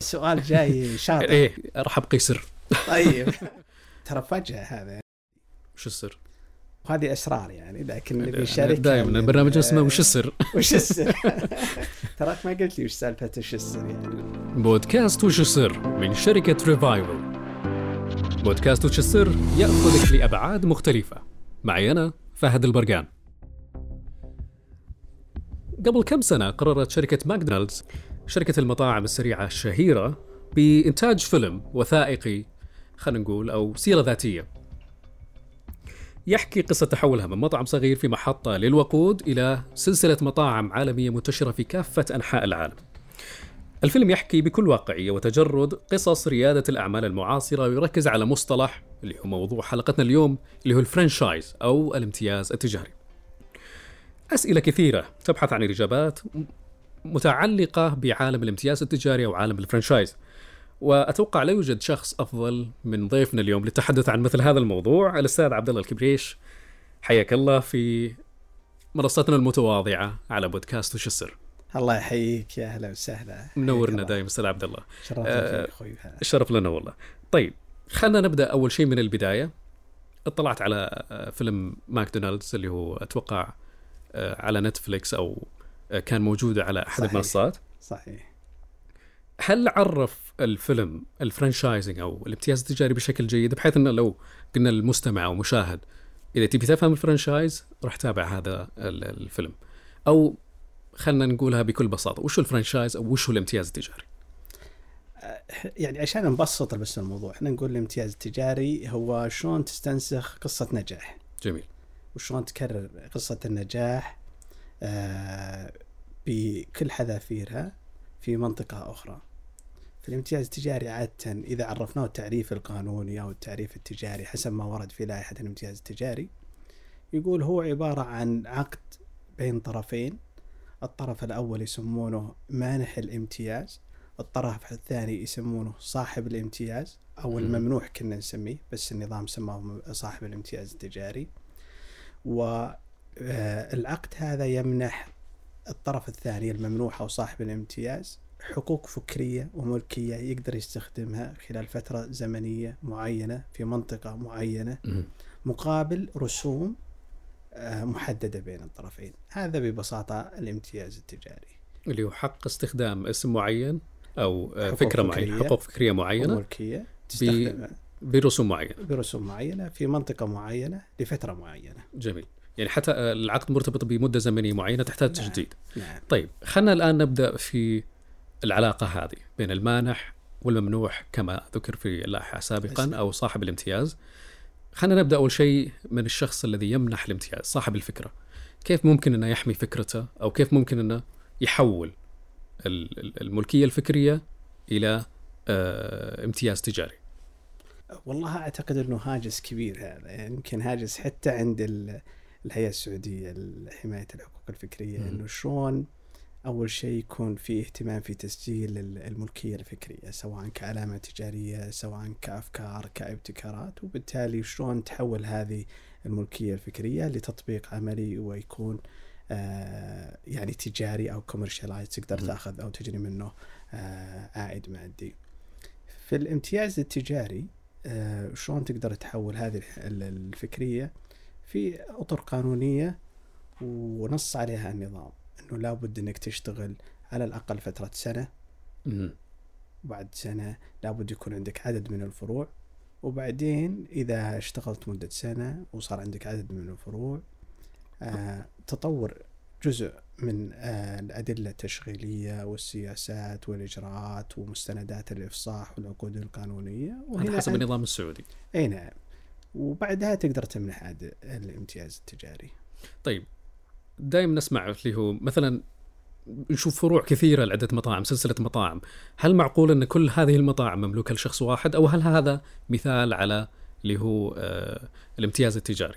السؤال جاي شاطر. ايه راح ابقي سر. طيب ترى فجأة هذا وش السر؟ وهذه أسرار يعني، لكن نبي نشاركها. دائما البرنامج اسمه وش السر. وش السر؟ تراك ما قلت لي وش سالفة وش السر يعني. بودكاست وش السر من شركة ريفايفل. بودكاست وش السر يأخذك لأبعاد مختلفة. معي أنا فهد البرقان. قبل كم سنة قررت شركة ماكدونالدز، شركة المطاعم السريعة الشهيرة، بإنتاج فيلم وثائقي، خلينا نقول أو سيرة ذاتية، يحكي قصة تحولها من مطعم صغير في محطة للوقود إلى سلسلة مطاعم عالمية منتشرة في كافة أنحاء العالم. الفيلم يحكي بكل واقعية وتجرد قصص ريادة الأعمال المعاصرة، ويركز على مصطلح اللي هو موضوع حلقتنا اليوم، اللي هو الفرانشايز أو الامتياز التجاري. أسئلة كثيرة تبحث عن الإجابات متعلقة بعالم الامتياز التجاري أو عالم الفرانشايز، وأتوقع لا يوجد شخص أفضل من ضيفنا اليوم للتحدث عن مثل هذا الموضوع، الأستاذ عبد الله الكبريش. حياك الله في منصتنا المتواضعة على بودكاست وش السر. الله يحييك، يا أهلا وسهلا، منورنا دائما أستاذ عبد الله. شرفتني أخوي. الشرف لنا والله. طيب خلنا نبدأ أول شيء من البداية. اطلعت على فيلم ماكدونالدز اللي هو أتوقع على نتفليكس أو كان موجود على أحد المنصات. صحيح. هل عرف الفيلم الفرانشايزنج أو الامتياز التجاري بشكل جيد، بحيث أنه لو قلنا المستمع أو مشاهد إذا تبي تفهم الفرانشايز راح تابع هذا الفيلم، أو خلنا نقولها بكل بساطة وش الفرانشايز أو وش الامتياز التجاري؟ يعني عشان نبسط بس الموضوع، احنا نقول الامتياز التجاري هو شلون تستنسخ قصة نجاح. جميل. وشلون تكرر قصة النجاح بكل حذافيرها في منطقة أخرى. في الامتياز التجاري عادة إذا عرفناه التعريف القانوني أو التعريف التجاري حسب ما ورد في لائحة الامتياز التجاري، يقول هو عبارة عن عقد بين طرفين. الطرف الأول يسمونه مانح الامتياز، الطرف الثاني يسمونه صاحب الامتياز أو الممنوح كنا نسميه، بس النظام سماه صاحب الامتياز التجاري. والعقد هذا يمنح الطرف الثاني الممنوح أو صاحب الامتياز حقوق فكرية وملكية يقدر يستخدمها خلال فترة زمنية معينة في منطقة معينة مقابل رسوم محددة بين الطرفين. هذا ببساطة الامتياز التجاري، اللي هو حق استخدام اسم معين أو فكرة معينة، حقوق فكرية معينة وملكية تستخدمها برسوم معينة في منطقة معينة لفترة معينة. جميل. يعني حتى العقد مرتبط بمدة زمنية معينة تحتاج تجديد. نعم. طيب خلنا الآن نبدأ في العلاقة هذه بين المانح والممنوح كما ذكر في اللائحة سابقا أو صاحب الامتياز. خلنا نبدأ أول شيء من الشخص الذي يمنح الامتياز، صاحب الفكرة. كيف ممكن أنه يحمي فكرته، أو كيف ممكن أنه يحول الملكية الفكرية إلى امتياز تجاري؟ والله أعتقد أنه هاجس كبير هذا، يعني يمكن هاجس حتى عند الهيئة السعودية لحماية الحقوق الفكرية. أنه شلون أول شيء يكون في اهتمام في تسجيل الملكية الفكرية، سواء كعلامة تجارية سواء كأفكار كابتكارات، وبالتالي شلون تحول هذه الملكية الفكرية لتطبيق عملي ويكون يعني تجاري أو كوميرشالايز، تقدر تأخذ أو تجري منه عائد مادي. في الامتياز التجاري شلون تقدر تحول هذه الفكرية في أطر قانونية ونص عليها النظام، أنه لابد أنك تشتغل على الأقل فترة سنة، وبعد سنة لابد يكون عندك عدد من الفروع، وبعدين إذا اشتغلت مدة سنة وصار عندك عدد من الفروع تطور جزء من الأدلة التشغيلية والسياسات والإجراءات ومستندات الإفصاح والعقود القانونية، وهنا حسب النظام السعودي. أي نعم. وبعدها تقدر تمنح عاد الامتياز التجاري. طيب دائما نسمع اللي هو مثلا نشوف فروع كثيرة لعدة مطاعم، سلسلة مطاعم. هل معقول أن كل هذه المطاعم مملوكة لشخص واحد، أو هل هذا مثال على اللي هو الامتياز التجاري؟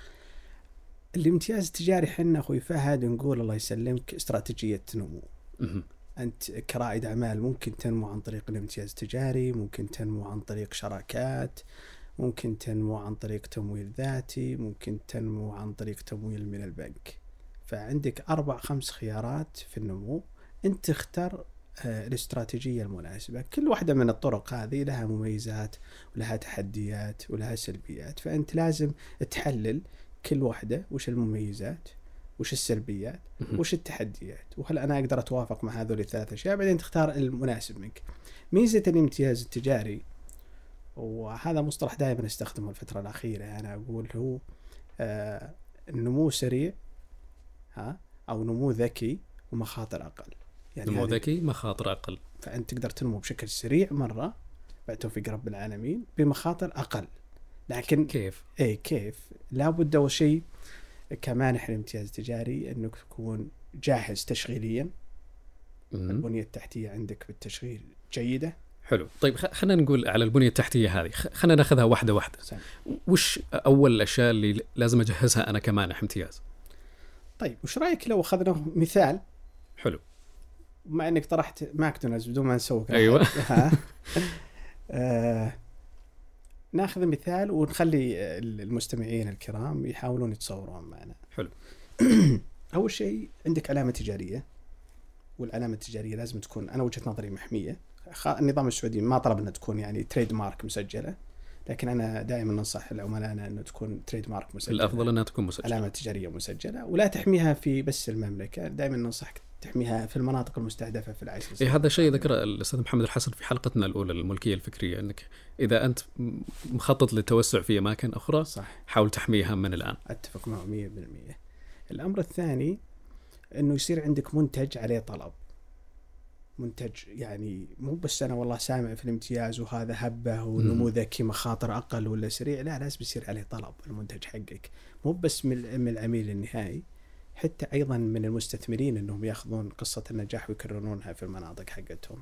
الامتياز التجاري حنا أخوي فهد نقول الله يسلمك استراتيجية نمو. أنت كرائد أعمال ممكن تنمو عن طريق الامتياز التجاري، ممكن تنمو عن طريق شراكات، ممكن تنمو عن طريق تمويل ذاتي، ممكن تنمو عن طريق تمويل من البنك. فعندك 4-5 خيارات في النمو، أنت تختار الاستراتيجية المناسبة. كل واحدة من الطرق هذه لها مميزات ولها تحديات ولها سلبيات، فأنت لازم تحلل كل واحدة وش المميزات وش السلبيات وش التحديات، وهل أنا أقدر أتوافق مع هذول الثلاث أشياء، بعدين تختار المناسب منك. ميزة الامتياز التجاري، وهذا مصطلح دائما استخدمه الفترة الأخيرة، أنا أقول هو النمو سريع أو نمو ذكي ومخاطر أقل. يعني نمو ذكي مخاطر أقل، فأنت تقدر تنمو بشكل سريع مرة بعد توفيق رب العالمين بمخاطر أقل. لكن كيف لابد أول شيء كمانح الامتياز التجاري أنك تكون جاهز تشغيليا، البنية التحتية عندك بالتشغيل جيدة. حلو. طيب خلينا نقول على البنية التحتية هذه، خلينا ناخذها واحدة واحدة. وش أول الأشياء اللي لازم أجهزها أنا كمانح امتياز؟ طيب وش رأيك لو أخذنا مثال؟ حلو. مع أنك طرحت ماكدونالدز بدون ما نسوق. أيوة. ناخذ مثال ونخلي المستمعين الكرام يحاولون يتصورون معنا. حلو. أول شيء عندك علامة تجارية، والعلامة التجارية لازم تكون، أنا وجهة نظري، محمية. النظام السعودي ما طلب أنها تكون يعني تريد مارك مسجلة، لكن أنا دائما ننصح العملاء أنه تكون تريد مارك مسجلة. الأفضل أنها تكون مسجلة، علامة تجارية مسجلة، ولا تحميها في بس المملكة، دائما ننصحك تحميها في المناطق المستهدفة في العيش. هذا شيء ذكر الأستاذ محمد الحسن في حلقتنا الأولى الملكية الفكرية، أنك إذا أنت مخطط للتوسع في أماكن أخرى صح، حاول تحميها من الآن. أتفق معه 100%. الأمر الثاني أنه يصير عندك منتج عليه طلب، منتج يعني مو بس أنا والله سامع في الامتياز وهذا هبة ونمو ذكي مخاطر أقل ولا سريع، لا، لازم يصير عليه طلب المنتج حقك، مو بس من العميل النهائي، حتى أيضا من المستثمرين أنهم يأخذون قصة النجاح ويكررونها في المناطق حقتهم.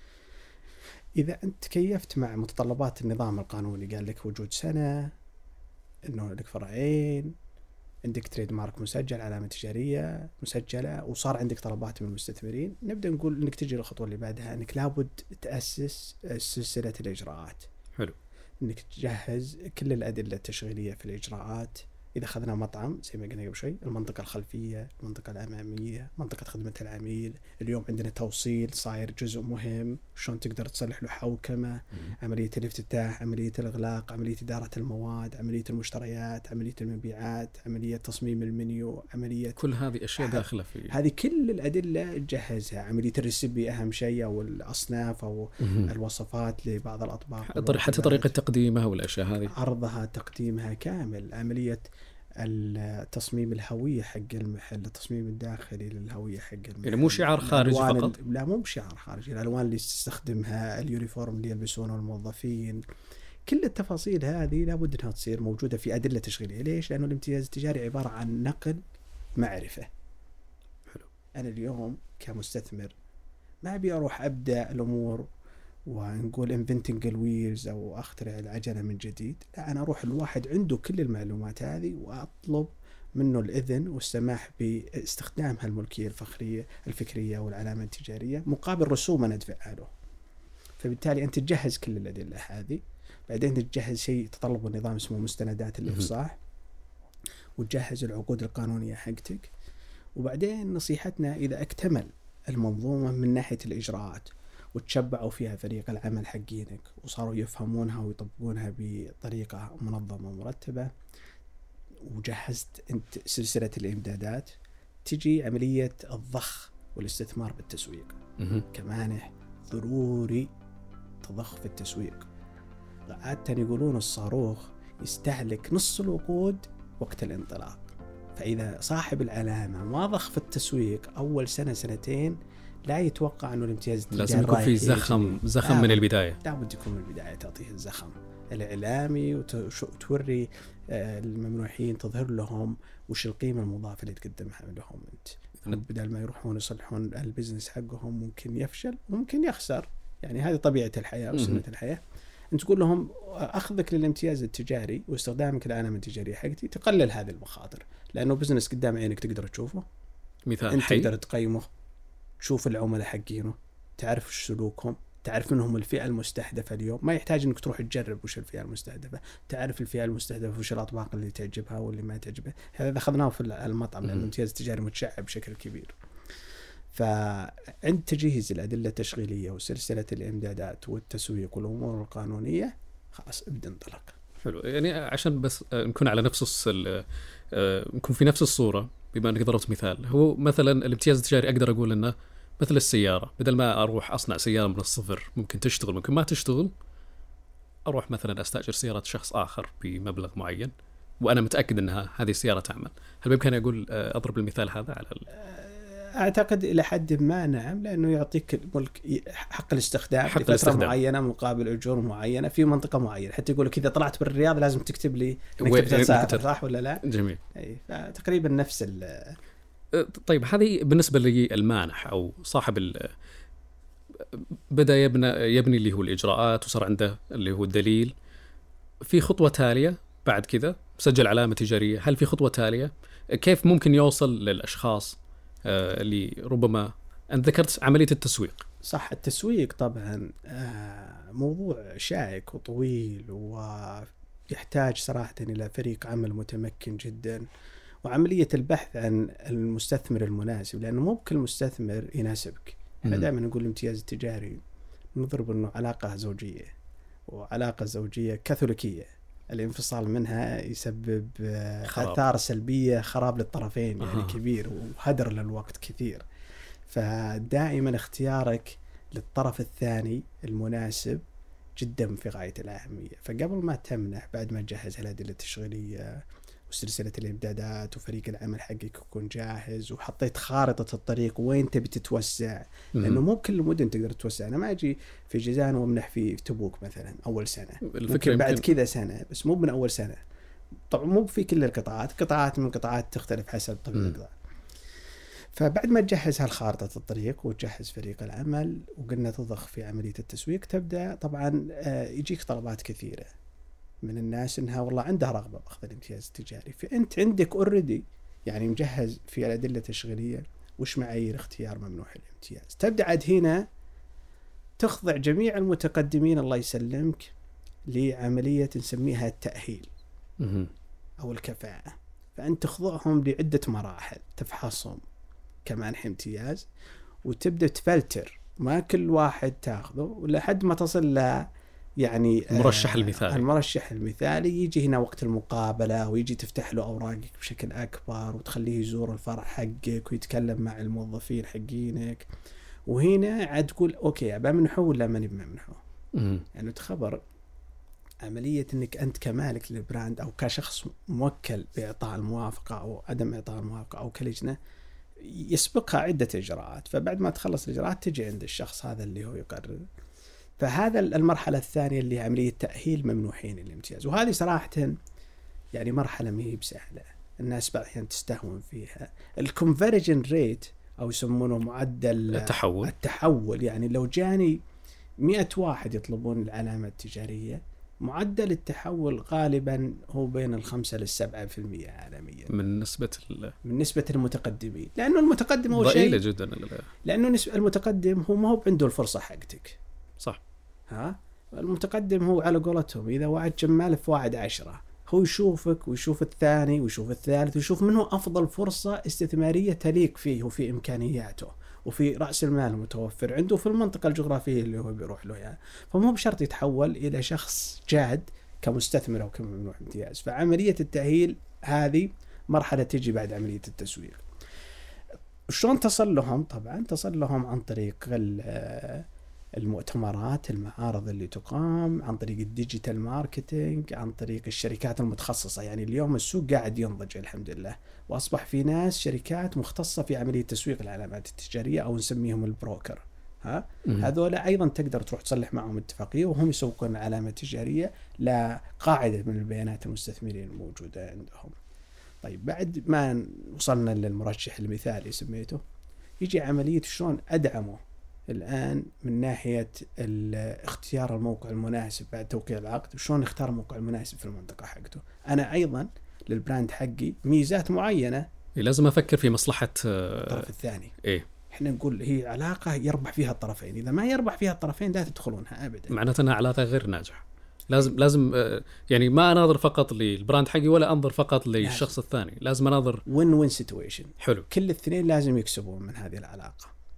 إذا أنت كيفت مع متطلبات النظام القانوني، قال لك وجود سنة، أنه لك فرعين، عندك تريد مارك مسجل، علامة تجارية مسجلة، وصار عندك طلبات من المستثمرين، نبدأ نقول أنك تجي للخطوة اللي بعدها، أنك لابد تأسس سلسلة الإجراءات. حلو. أنك تجهز كل الأدلة التشغيلية في الإجراءات. إذا أخذنا مطعم زي ما قلنا قبل شوي، المنطقة الخلفية، المنطقة الأمامية، منطقة خدمة العميل، اليوم عندنا توصيل صاير جزء مهم، شلون تقدر تصلح له حوكمة، عملية الافتتاح، عملية الإغلاق، عملية إدارة المواد، عملية المشتريات، عملية المبيعات، عملية تصميم المنيو، عملية كل هذه أشياء داخلة في هذه كل الأدلة تجهزها. عملية الريسبي أهم شيء، أو الأصناف أو الوصفات لبعض الأطباق، حتى طريقة تقديمها والأشياء هذه، عرضها، تقديمها كامل، عملية التصميم الهوية حق المحل، التصميم الداخلي للهوية حق المحل، يعني مو شعار خارجي فقط. لا، مو بشعار خارجي، الألوان اللي تستخدمها، اليونيفورم اللي يلبسونه الموظفين، كل التفاصيل هذه لابد أنها تصير موجودة في أدلة تشغيلية. ليش؟ لأنه الامتياز التجاري عبارة عن نقل معرفة. حلو. أنا اليوم كمستثمر ما أبي أروح أبدأ الأمور ونقول inventing the wheels أو أخترع العجلة من جديد، لا، أنا أروح الواحد عنده كل المعلومات هذه وأطلب منه الإذن والسماح باستخدامها الملكية الفكرية والعلامة التجارية مقابل رسوم أنا أدفعها له. فبالتالي أنت تجهز كل الأدلة هذه، بعدين تجهز شيء تطلب النظام اسمه مستندات الإفصاح، وتجهز العقود القانونية حقتك. وبعدين نصيحتنا إذا اكتمل المنظومة من ناحية الإجراءات وتشبعوا فيها فريق العمل حقينك وصاروا يفهمونها ويطبقونها بطريقة منظمة ومرتبة، وجهزت انت سلسلة الإمدادات، تجي عملية الضخ والاستثمار بالتسويق. كمانح ضروري تضخ في التسويق. عادة يقولون الصاروخ يستهلك نص الوقود وقت الانطلاق، فإذا صاحب العلامة ما ضخ في التسويق أول سنة سنتين، لا يتوقع أنه الامتياز التجاري لازم يكون في زخم من البداية. لابد يكون من البداية تعطيه الزخم الإعلامي وتوري الممنوحين، تظهر لهم وش القيمة المضافة اللي تقدمها لهم أنت، بدل ما يروحون يصلحون البزنس حقهم ممكن يفشل وممكن يخسر. يعني هذه طبيعة الحياة وسنة الحياة. أنت تقول لهم أخذك للامتياز التجاري واستخدامك للعلامة التجارية حقتي تقلل هذه المخاطر، لأنه بزنس قدام عينك تقدر تشوفه، مثال أنت حي، تقدر تقيمه، تشوف العملاء حقينه، تعرف وش سلوكهم، تعرف منهم الفئة المستهدفة اليوم. ما يحتاج انك تروح تجرب وش الفئة المستهدفة، تعرف الفئة المستهدفة وش الأطباق اللي تعجبها واللي ما تعجبها. هذا أخذناه في المطعم لأن الامتياز التجاري متشعب بشكل كبير. فعند تجهيز الأدلة التشغيلية وسلسلة الإمدادات والتسويق والأمور القانونية خلاص ابدأ انطلق. حلو. يعني عشان بس نكون على نفس نكون في نفس الصورة، بما أنك ضربت مثال، هو مثلا الامتياز التجاري أقدر أقول إنه مثل السيارة، بدل ما أروح أصنع سيارة من الصفر ممكن تشتغل ممكن ما تشتغل، أروح مثلا أستأجر سيارة شخص آخر بمبلغ معين وأنا متأكد أنها هذه السيارة تعمل. هل بإمكاني أقول أضرب المثال هذا على أعتقد إلى حد ما نعم، لأنه يعطيك الملك حق الاستخدام لفترة معينة مقابل أجور معينة في منطقة معينة. حتى يقول لك إذا طلعت بالرياض لازم تكتب لي إنك تسافر، صح ولا لا؟ جميل. تقريبا نفس طيب هذه بالنسبة للمانح أو صاحب بدأ يبني اللي هو الإجراءات وصار عنده اللي هو الدليل. في خطوة تالية بعد كذا سجل علامة تجارية، هل في خطوة تالية؟ كيف ممكن يوصل للأشخاص اللي ربما أنت ذكرت عملية التسويق؟ صح، التسويق طبعا موضوع شائك وطويل ويحتاج صراحة إلى فريق عمل متمكن جدا، وعملية البحث عن المستثمر المناسب، لأنه مو بكل مستثمر يناسبك. احنا دائما نقول الامتياز التجاري نضرب أنه علاقة زوجية، وعلاقة زوجية كاثوليكية الانفصال منها يسبب آثار سلبية، خراب للطرفين يعني كبير، وهدر للوقت كثير. فدائما اختيارك للطرف الثاني المناسب جدا في غاية الأهمية. فقبل ما تمنح، بعد ما تجهز الأدلة التشغيلية وسلسلة الإمدادات وفريق العمل حقك يكون جاهز، وحطيت خارطة الطريق وين تبي تتوسع، لأنه مو بكل المدن تقدر تتوسع. أنا ما أجي في جيزان وامنح في تبوك مثلا أول سنة، ممكن بعد كذا سنة، بس مو من أول سنة. طبعا مو في كل القطاعات، قطاعات من قطاعات تختلف حسب طبيعة القطاع. فبعد ما تجهز هالخارطة الطريق وتجهز فريق العمل وقلنا تضخ في عملية التسويق، تبدأ طبعا يجيك طلبات كثيرة من الناس إنها والله عندها رغبة بأخذ الامتياز التجاري. فأنت عندك أوريدي يعني مجهز في الأدلة التشغيلية وش معايير اختيار ممنوح الامتياز. تبدأ عاد هنا تخضع جميع المتقدمين الله يسلمك لعملية نسميها التأهيل أو الكفاءة. فأنت تخضعهم لعدة مراحل، تفحصهم كمانح امتياز وتبدأ تفلتر، ما كل واحد تاخذه لحد ما تصل ل يعني المرشح المثالي يجي هنا وقت المقابلة، ويجي تفتح له أوراقك بشكل أكبر وتخليه يزور الفرع حقك ويتكلم مع الموظفين حقينك. وهنا عاد تقول أوكي أبا منحه ولا ماني بمنحه. يعني تخبر عملية أنك أنت كمالك للبراند أو كشخص موكل بإعطاء الموافقة أو عدم إعطاء الموافقة أو كلجنة يسبقها عدة إجراءات. فبعد ما تخلص الإجراءات تجي عند الشخص هذا اللي هو يقرر. فهذا المرحلة الثانية اللي عملية تأهيل ممنوحين الامتياز، وهذه صراحة يعني مرحلة مهي بسهلة، الناس بعض الأحيان تستهون فيها. الكونفرجن ريت أو يسمونه معدل التحول، يعني لو جاني 100 واحد يطلبون العلامة التجارية، معدل التحول غالبا هو بين 5 ل 7% عالميا من نسبة المتقدمين. لأنه المتقدم هو ضئيلة جدا، لأنه المتقدم هو ما هو عنده الفرصة حقتك. صح. المتقدم هو على قولتهم إذا واحد جمال في واحد 10، هو يشوفك ويشوف الثاني ويشوف الثالث ويشوف منه أفضل فرصة استثمارية تليق فيه وفي إمكانياته وفي رأس المال المتوفر عنده في المنطقة الجغرافية اللي هو بيروح له يعني. فمو بشرط يتحول إلى شخص جاد كمستثمر أو كممنوح امتياز. فعملية التأهيل هذه مرحلة تجي بعد عملية التسويق. شلون تصل لهم؟ طبعا تصل لهم عن طريق المؤتمرات، المعارض اللي تقام، عن طريق الديجيتال ماركتينج، عن طريق الشركات المتخصصة. يعني اليوم السوق قاعد ينضج الحمد لله، وأصبح في ناس شركات مختصة في عملية تسويق العلامات التجارية أو نسميهم البروكر. هذولا أيضا تقدر تروح تصلح معهم اتفاقية وهم يسوقون العلامة التجارية لقاعدة من البيانات المستثمرين الموجودة عندهم. طيب بعد ما وصلنا للمرشح المثالي سميته، يجي عملية شلون أدعمه الآن من ناحية اختيار الموقع المناسب بعد توقيع العقد، وشلون نختار الموقع المناسب في المنطقة حقته. أنا أيضا للبراند حقي ميزات معينة لازم أفكر في مصلحة الطرف الثاني. إيه؟ إحنا نقول هي علاقة يربح فيها الطرفين، إذا ما يربح فيها الطرفين لا تدخلونها أبدا، معناتها أنها علاقة غير ناجحة. لازم يعني ما أناظر فقط للبراند حقي ولا أنظر فقط للشخص الثاني، لازم أناظر وين سيتويشن. حلو. كل الاثنين لازم يكسبون من هذه العلاقة.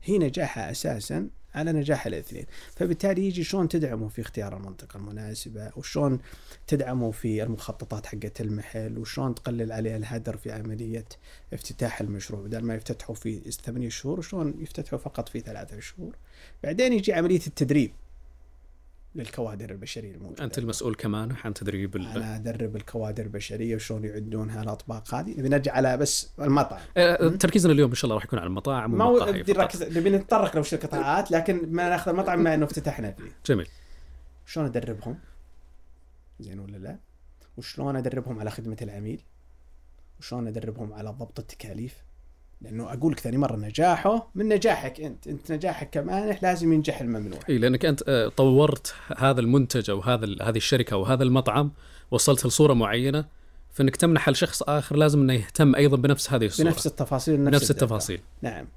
هي نجاحها أساسا على نجاح الاثنين. فبالتالي يجي شلون تدعمه في اختيار المنطقة المناسبة، وشلون تدعمه في المخططات حقة المحل، وشلون تقلل عليه الهدر في عملية افتتاح المشروع، بدل ما يفتتحوا في 8 شهور وشلون يفتتحوا فقط في 3 شهور. بعدين يجي عملية التدريب للكوادر البشرية الموجودة. أنت المسؤول كمان عن تدريب أنا أدرب الكوادر البشرية وشلون يعدونها الأطباق هذه. نبي نرجع على بس المطعم. تركيزنا اليوم إن شاء الله راح يكون على المطاعم والمقاهي. نبي نتطرق لو شو قطاعات، لكن ما ناخذ المطعم ما إنه افتتحنا فيه. جميل. شلون أدربهم زين ولا لا، وشلون أدربهم على خدمة العميل، وشلون أدربهم على ضبط التكاليف. لأنه أقول لك ثاني مرة نجاحه من نجاحك أنت نجاحك كمانح لازم ينجح الممنوع. إيه، لأنك أنت طورت هذا المنتج أو هذه الشركة أو هذا المطعم، وصلت لصورة معينة، فإنك تمنح لشخص آخر لازم إنه يهتم أيضا بنفس هذه الصورة، بنفس التفاصيل، نفس التفاصيل. نعم.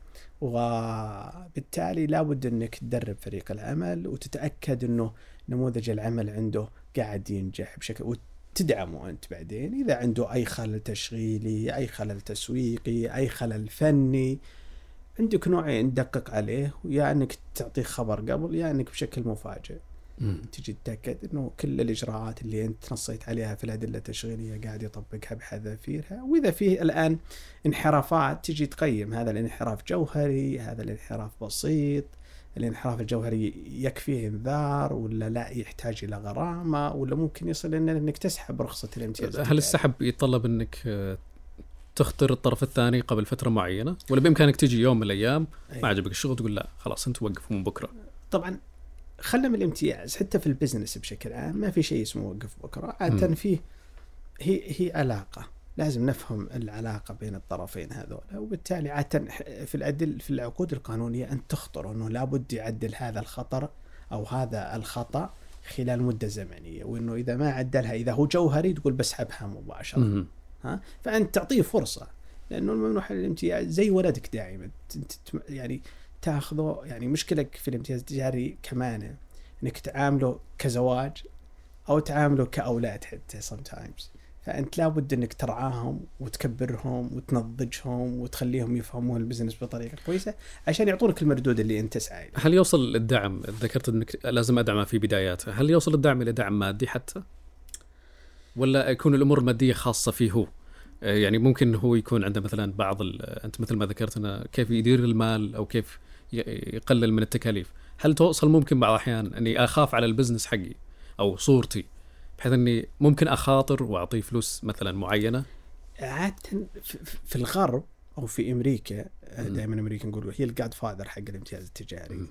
وبالتالي لابد أنك تدرب فريق العمل وتتأكد أنه نموذج العمل عنده قاعد ينجح بشكل، وتدعمه أنت بعدين إذا عنده أي خلل تشغيلي، أي خلل تسويقي، أي خلل فني، عندك نوعين ندقق عليه، يا أنك تعطيه خبر قبل، يا أنك بشكل مفاجئ تجي تتأكد أنه كل الإجراءات اللي أنت نصيت عليها في الأدلة التشغيلية قاعد يطبقها بحذافيرها. وإذا فيه الآن انحرافات تجي تقيم هذا الانحراف جوهري، هذا الانحراف بسيط، الانحراف الجوهري يكفيه انذار ولا لا يحتاج إلى غرامة، ولا ممكن يصل إنك تسحب رخصة الامتياز. هل السحب يتطلب أنك تختار الطرف الثاني قبل فترة معينة، ولا بإمكانك تيجي يوم من الأيام ما عجبك الشغل تقول لا خلاص أنت وقف من بكرة؟ طبعا خلنا من الامتياز، حتى في البزنس بشكل عام ما في شيء اسمه وقف بكرة. عادة فيه هي علاقة، لازم نفهم العلاقة بين الطرفين هذول. وبالتالي عادة في العقود القانونية أن تخطر أنه لابد يعدل هذا الخطر أو هذا الخطأ خلال مدة زمنية، وأنه إذا ما عدلها إذا هو جوهري تقول بسحبها مباشرة. فأنت تعطيه فرصة، لأنه الممنوح الامتياز زي ولدك دائما يعني تأخذه. يعني مشكلك في الامتياز التجاري كمان إنك تعامله كزواج أو تعامله كأولاد حتى sometimes. فأنت لابد إنك ترعاهم وتكبرهم وتنضجهم وتخليهم يفهمون البزنس بطريقة كويسة عشان يعطونك المردود اللي أنت سعيد. هل يوصل الدعم؟ ذكرت إنك لازم أدعمه في بداياته، هل يوصل الدعم إلى دعم مادي حتى؟ ولا يكون الأمور المادية خاصة فيه هو؟ يعني ممكن هو يكون عنده مثلا أنت مثل ما ذكرت أنه كيف يدير المال أو كيف يقلل من التكاليف. هل توصل ممكن بعض الأحيان أني أخاف على البزنس حقي أو صورتي بحيث أني ممكن أخاطر وأعطيه فلوس مثلا معينة؟ عادة في الغرب أو في أمريكا، دائما أمريكا نقول هي الجاد فاذر حق الامتياز التجاري.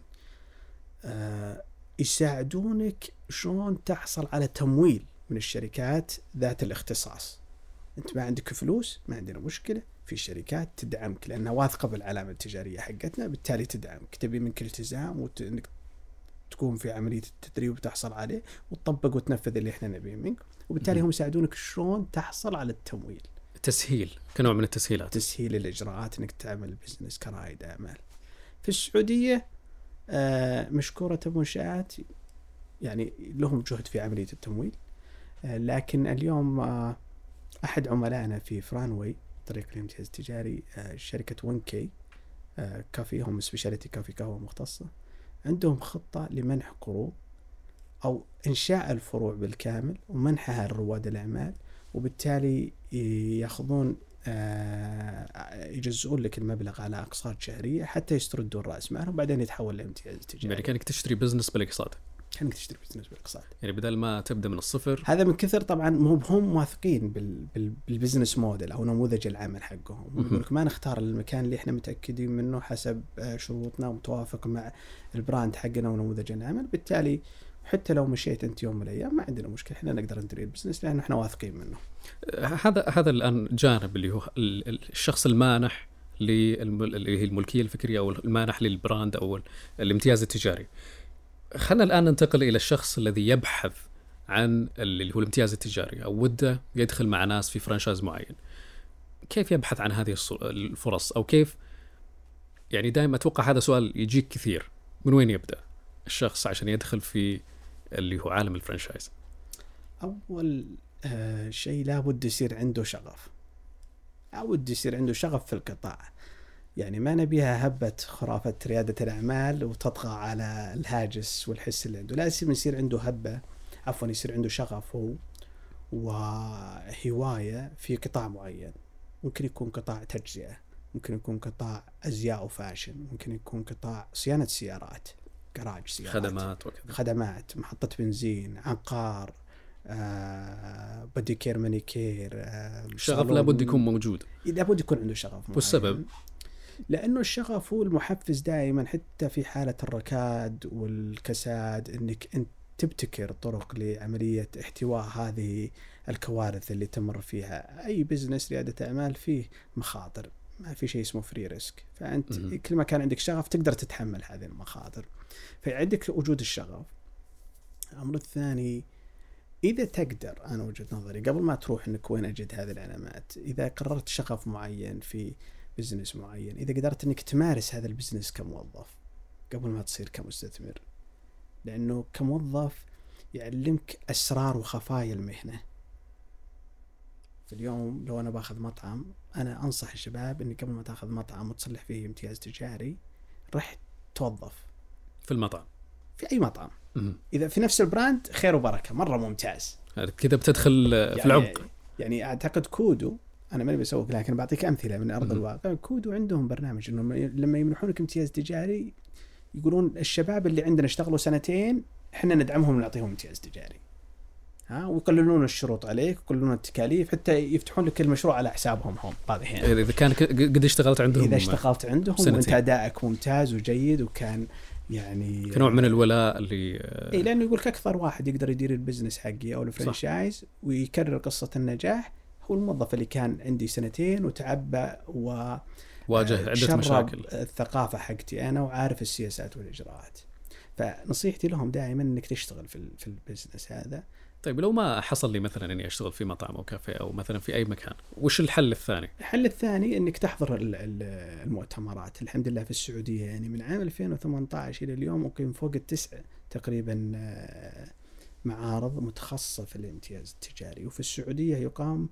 يساعدونك شلون تحصل على تمويل من الشركات ذات الاختصاص. أنت ما عندك فلوس، ما عندنا مشكلة، في شركات تدعمك لأنها واثقة بالعلامة التجارية حقتنا، بالتالي تدعمك، تبي منك التزام وإنك تكون في عملية التدريب وتحصل عليه وتطبق وتنفذ اللي إحنا نبيه منك. وبالتالي هم يساعدونك شلون تحصل على التمويل. تسهيل كنوع من التسهيلات، تسهيل الإجراءات إنك تعمل بزنس كرائد أعمال. في السعودية مشكورة منشآت يعني لهم جهد في عملية التمويل، لكن اليوم أحد عملائنا في فرانوي طريق الامتياز التجاري شركة 1K كافي، هم سبيشاليتي كافي قهوة مختصة، عندهم خطة لمنح قروض أو إنشاء الفروع بالكامل ومنحها لرواد الأعمال، وبالتالي يأخذون يجزئون لك المبلغ على أقساط شهرية حتى يستردون رأس مالهم وبعدين يتحول لامتياز التجاري. يعني كأنك تشتري بزنس بالأقساط. كأنك تشتري بزنس بالأقساط. يعني بدل ما تبدأ من الصفر. هذا من كثر طبعا هم واثقين بالبزنس موديل أو نموذج العمل حقهم. يقول لك ما نختار المكان اللي إحنا متأكدين منه حسب شروطنا ومتوافق مع البراند حقنا ونموذج العمل. بالتالي حتى لو مشيت أنت يوم من الأيام ما عندنا مشكلة، إحنا نقدر ندير البزنس لأنه إحنا واثقين منه. هذا الآن جانب اللي هو الشخص المانح اللي هي الملكية الفكرية أو المانح للبراند أو الامتياز التجاري. خلنا الآن ننتقل إلى الشخص الذي يبحث عن اللي هو الامتياز التجاري أو وده يدخل مع ناس في فرانشايز معين. كيف يبحث عن هذه الفرص أو كيف؟ يعني دائما أتوقع هذا سؤال يجيك كثير، من وين يبدأ الشخص عشان يدخل في اللي هو عالم الفرانشايز؟ أول شيء لابد يصير عنده شغف، لابد يصير عنده شغف في القطاع. يعني ما نبيها هبة خرافة ريادة الأعمال وتطغى على الهاجس والحس اللي عنده، لا يصير عنده هبة، عفوا يصير عنده شغف هو وهواية في قطاع معين. ممكن يكون قطاع تجزئة، ممكن يكون قطاع أزياء وفاشن، ممكن يكون قطاع صيانة سيارات، جراج سيارات، خدمات وكذا، خدمات، محطة بنزين، عقار، بدي كير، مانيكير، شغف لابد يكون موجود، لابد يكون عنده شغف معين. والسبب لأنه الشغف هو المحفز دائما، حتى في حالة الركاد والكساد، أنك أنت تبتكر طرق لعملية احتواء هذه الكوارث اللي تمر فيها. أي بزنس ريادة أعمال فيه مخاطر، ما في شيء اسمه فري ريسك، فأنت كل ما كان عندك شغف تقدر تتحمل هذه المخاطر، فعندك وجود الشغف. الأمر الثاني، إذا تقدر، أنا وجهة نظري قبل ما تروح أنك وين أجد هذه العلامات، إذا قررت شغف معين في بزنس معين، إذا قدرت أنك تمارس هذا البزنس كموظف قبل ما تصير كمستثمر، لأنه كموظف يعلمك أسرار وخفايا المهنة. في اليوم لو أنا باخذ مطعم، أنا أنصح الشباب أني قبل ما تاخذ مطعم وتصلح فيه امتياز تجاري، رح توظف في المطعم، في أي مطعم. إذا في نفس البراند خير وبركة، مرة ممتاز، كذا بتدخل في العمق. يعني أعتقد كودو، أنا ماني بسوق لكن بعطيك أمثلة من أرض الواقع. كودو عندهم برنامج إنه لما يمنحونك امتياز تجاري يقولون الشباب اللي عندنا اشتغلوا 2 إحنا ندعمهم ونعطيهم امتياز تجاري، ويقللون الشروط عليك، يقللون التكاليف، حتى يفتحون لك المشروع على حسابهم هم واضحين. إذا كان قد اشتغلت عندهم، إذا اشتغلت عندهم وأنت أدائك ممتاز وجيد، وكان يعني كنوع من الولاء اللي لأنه يقولك أكثر واحد يقدر يدير البزنس حقي أو الفرنشايز ويكرر قصة النجاح هو الموظف اللي كان عندي 2 وتعبى واجه عدة مشاكل الثقافة حقتي أنا، وعارف السياسات والإجراءات. فنصيحتي لهم دائما أنك تشتغل في البزنس هذا. طيب لو ما حصل لي مثلا أني أشتغل في مطعم أو كافيه أو مثلا في أي مكان، وش الحل الثاني؟ الحل الثاني أنك تحضر المؤتمرات. الحمد لله في السعودية يعني من عام 2018 إلى اليوم ممكن فوق 9 تقريبا معارض متخصصة في الامتياز التجاري. وفي السعودية يقام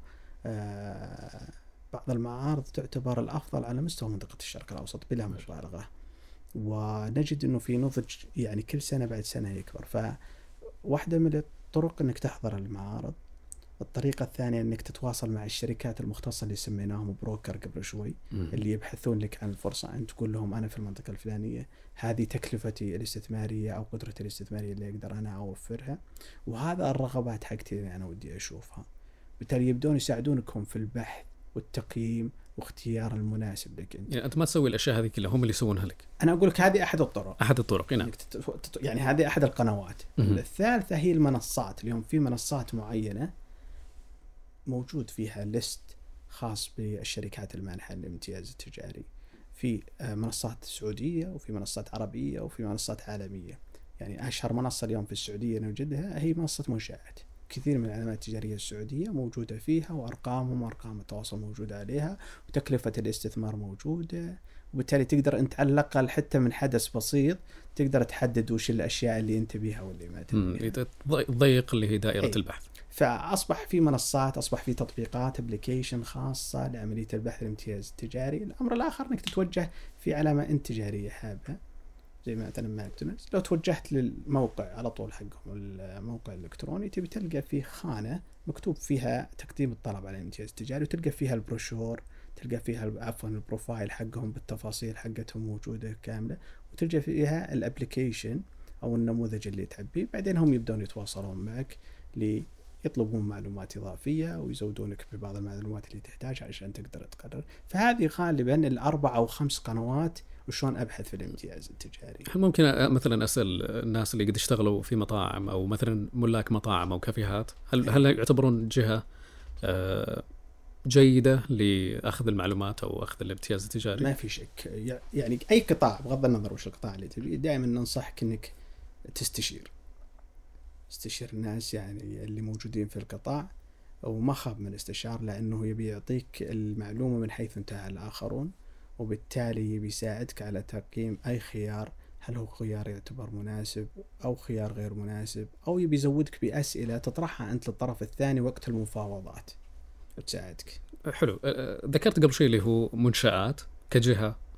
بعض المعارض تعتبر الأفضل على مستوى منطقة الشرق الأوسط بلا مبالغة، ونجد أنه في نضج يعني كل سنة بعد سنة يكبر. فواحدة من الطرق أنك تحضر المعارض. الطريقة الثانية أنك تتواصل مع الشركات المختصة اللي سميناهم بروكر قبل شوي، اللي يبحثون لك عن الفرصة. أنت تقول لهم أنا في المنطقة الفلانية، هذه تكلفتي الاستثمارية أو قدرتي الاستثمارية اللي أقدر أنا أوفرها، وهذا الرغبات حقتي اللي أنا ودي أشوفها. بالتالي يبدون يساعدونكم في البحث والتقييم واختيار المناسب لك أنت. يعني أنت ما تسوي الأشياء هذه كلها، هم اللي يسوونها لك. أنا أقول لك هذه أحد الطرق. نعم. يعني هذه أحد القنوات. الثالثة هي المنصات. اليوم في منصات معينة موجود فيها ليست خاص بالشركات المانحة للامتياز التجاري. في منصات سعودية وفي منصات عربية وفي منصات عالمية. يعني أشهر منصة اليوم في السعودية نوجدها هي منصة منشآت. كثير من العلامات التجارية السعودية موجودة فيها، وأرقامهم وأرقام التواصل موجودة عليها، وتكلفة الاستثمار موجودة. وبالتالي تقدر أنت على الأقل حتى من حدث بسيط تقدر تحدد وش الأشياء اللي أنت بيها واللي ما تبيها. تضيق اللي هي دائرة البحث. فأصبح في منصات، أصبح في تطبيقات ابليكيشن خاصة لعملية البحث الامتياز التجاري. الأمر الآخر أنك تتوجه في علامة أنت تجارية حابة زي مثلا ماكدونالدز. لو توجهت للموقع على طول حقهم، الموقع الإلكتروني، تبي تلقى فيه خانة مكتوب فيها تقديم الطلب على الامتياز التجاري، وتلقى فيها البروشور، تلقى فيها عفوا البروفايل حقهم بالتفاصيل حقتهم موجودة كاملة، وتلقى فيها الابليكيشن أو النموذج اللي تحبيه. بعدين هم يبدون يتواصلون معك يطلبون معلومات إضافية ويزودونك ببعض المعلومات اللي تحتاجها عشان تقدر تقرر. فهذه غالبا 4 أو 5 قنوات وشون أبحث في الامتياز التجاري. هل ممكن مثلا أسأل الناس اللي قد اشتغلوا في مطاعم أو مثلا ملاك مطاعم أو كافيهات، هل يعتبرون جهة جيدة لأخذ المعلومات أو أخذ الامتياز التجاري؟ ما في شك. يعني أي قطاع بغض النظر وش القطاع اللي تبي، دائما ننصحك أنك تستشير الناس يعني اللي موجودين في القطاع، وما خاب من الاستشار، لأنه يبي يعطيك المعلومة من حيث انتهى الآخرون، وبالتالي يبي يساعدك على تقييم أي خيار، هل هو خيار يعتبر مناسب أو خيار غير مناسب، أو يبي يزودك بأسئلة تطرحها أنت للطرف الثاني وقت المفاوضات وتساعدك. حلو. ذكرت قبل شيء اللي هو منشآت كجهة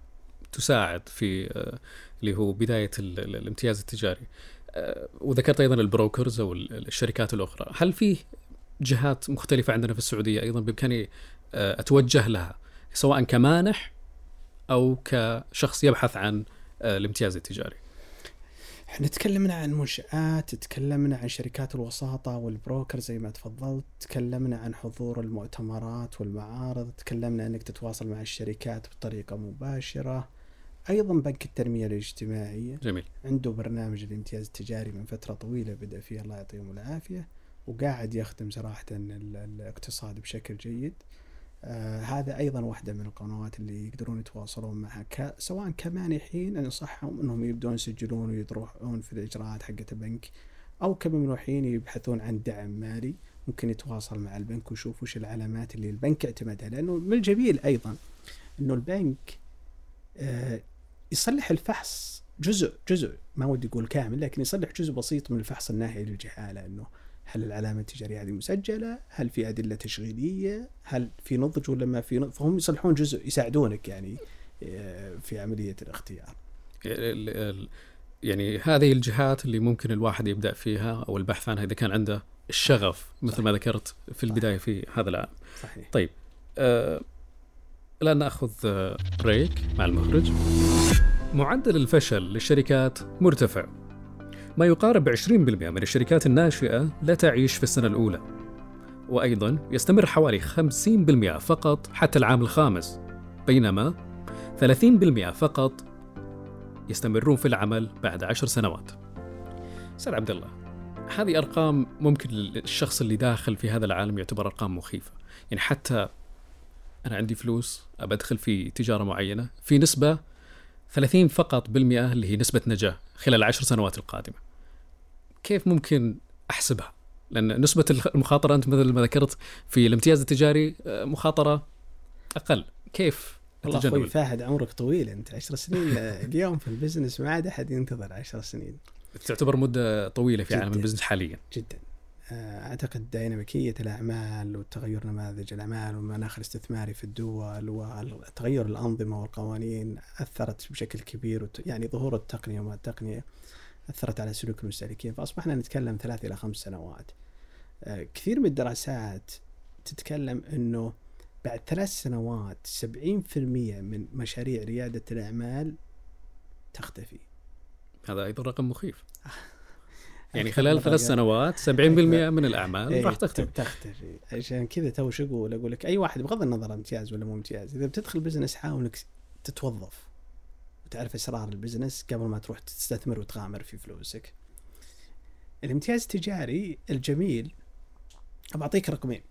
تساعد في اللي هو بداية الامتياز التجاري، وذكرت أيضا البروكرز أو الشركات الأخرى، هل في جهات مختلفة عندنا في السعودية أيضا بإمكاني أتوجه لها سواء كمانح أو كشخص يبحث عن الامتياز التجاري؟ احنا تكلمنا عن منشآت، تكلمنا عن شركات الوساطة والبروكر زي ما تفضلت، تكلمنا عن حضور المؤتمرات والمعارض، تكلمنا أنك تتواصل مع الشركات بطريقة مباشرة. أيضا بنك التنمية الاجتماعية جميل. عنده برنامج الامتياز التجاري من فترة طويلة بدأ فيه الله يعطيهم العافية، وقاعد يخدم صراحة الاقتصاد بشكل جيد. هذا أيضا واحدة من القنوات اللي يقدرون يتواصلون معها سواء كمانحين أنصحهم أنهم يبدون يسجلون ويروحون في الإجراءات حقة البنك، أو كممنوحين يبحثون عن دعم مالي ممكن يتواصل مع البنك ويشوف وش العلامات اللي البنك اعتمدها. لأنه من الجميل أيضا أنه البنك يصلح الفحص جزء ما ودي يقول كامل، لكن يصلح جزء بسيط من الفحص الناهي للجهالة، أنه هل العلامة التجارية هذه مسجلة؟ هل في أدلة تشغيلية؟ هل في نضج ولا ما في نضج؟ فهم يصلحون جزء، يساعدونك يعني في عملية الاختيار. يعني هذه الجهات اللي ممكن الواحد يبدأ فيها أو البحث عنها إذا كان عنده الشغف مثل صحيح. ما ذكرت في البداية في هذا العام. صحيح. طيب الآن نأخذ بريك مع المخرج. معدل الفشل للشركات مرتفع، ما يقارب 20% من الشركات الناشئة لا تعيش في السنة الأولى، وأيضا يستمر حوالي 50% فقط حتى العام الخامس، بينما 30% فقط يستمرون في العمل بعد 10 سنوات. سيد عبد الله، هذه أرقام ممكن للشخص اللي داخل في هذا العالم يعتبر أرقام مخيفة. يعني حتى أنا عندي فلوس أدخل في تجارة معينة، في نسبة 30 فقط بالمئة اللي هي نسبة نجاح خلال 10 سنوات القادمة. كيف ممكن أحسبها؟ لأن نسبة المخاطرة أنت مثل ما ذكرت في الامتياز التجاري مخاطرة أقل. كيف والله أخوي فهد عمرك طويل، أنت 10 سنين اليوم في البزنس، ما عاد أحد ينتظر 10 سنين. تعتبر مدة طويلة في عالم البزنس حاليا جدا. أعتقد ديناميكية الأعمال وتغير نماذج الأعمال والمناخ الاستثماري في الدول وتغير الأنظمة والقوانين أثرت بشكل كبير، يعني ظهور التقنية وما التقنية أثرت على سلوك المستهلكين، فأصبحنا نتكلم 3 إلى 5 سنوات. كثير من الدراسات تتكلم أنه بعد 3 سنوات 70% من مشاريع ريادة الأعمال تختفي. هذا أيضا رقم مخيف. يعني خلال 3 سنوات 70% من الأعمال راح تختفي. عشان كذا توش أقول لك أي واحد بغض النظر امتياز ولا مو امتياز، إذا بتدخل بزنس حاول إنك تتوظف وتعرف أسرار البزنس قبل ما تروح تستثمر وتغامر في فلوسك. الامتياز التجاري الجميل أبعطيك رقمين.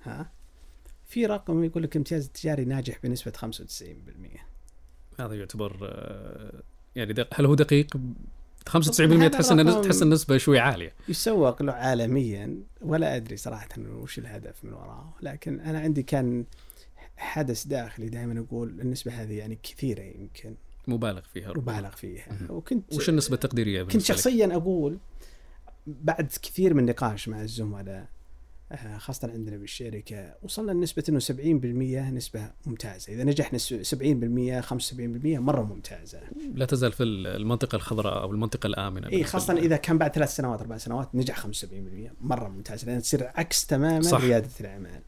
في رقم يقول لك امتياز التجاري ناجح بنسبة 95%. هذا يعتبر يعني هل هو دقيق؟ 95% تحس النسبة شوي عالية. يسوق له عالميا ولا أدري صراحة وش الهدف من وراءه، لكن أنا عندي كان حدث داخلي دائما أقول النسبة هذه يعني كثيرة، يمكن مبالغ فيها. وكنت وش النسبة التقديرية؟ كنت شخصيا أقول بعد كثير من نقاش مع الزملاء خاصة عندنا بالشركة وصلنا لنسبة إنه 70% نسبة ممتازة. إذا نجحنا 70% 75% مرة ممتازة. لا تزال في المنطقة الخضراء أو المنطقة الآمنة. إيه خاصة إذا كان بعد 3 سنوات 4 سنوات نجح 75% مرة ممتازة، لأن تصير عكس تماما ريادة الأعمال.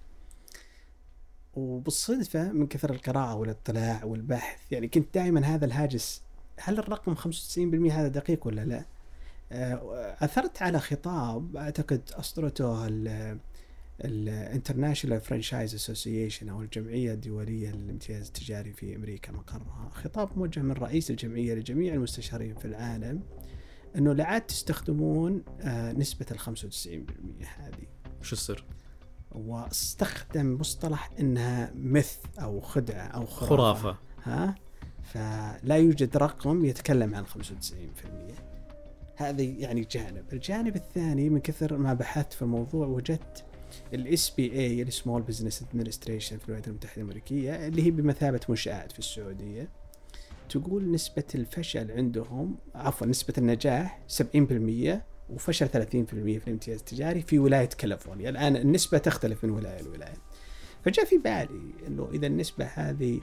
وبالصدفة من كثر القراءة والاطلاع والبحث يعني كنت دائما هذا الهاجس، هل الرقم 95% هذا دقيق ولا لا؟ أثرت على خطاب أعتقد أصدرته الانترناشنال فرانشايز اسوسيشن أو الجمعية الدولية للامتياز التجاري في أمريكا مقرها، خطاب موجه من رئيس الجمعية لجميع المستشارين في العالم أنه لا عاد تستخدمون نسبة 95% هذه. وش السر؟ واستخدم مصطلح إنها مث أو خدعة أو خرافة. فلا يوجد رقم يتكلم عن 95%. هذه يعني الجانب الثاني من كثر ما بحثت في الموضوع وجدت SBA اللي Small Business Administration في الولايات المتحدة الأمريكية اللي هي بمثابة منشآت في السعودية، تقول نسبة الفشل عندهم نسبة النجاح 70% وفشل 30% في الامتياز التجاري في ولاية كاليفورنيا. الآن النسبة تختلف من ولاية لولاية، فجاء في بالي إنه إذا النسبة هذه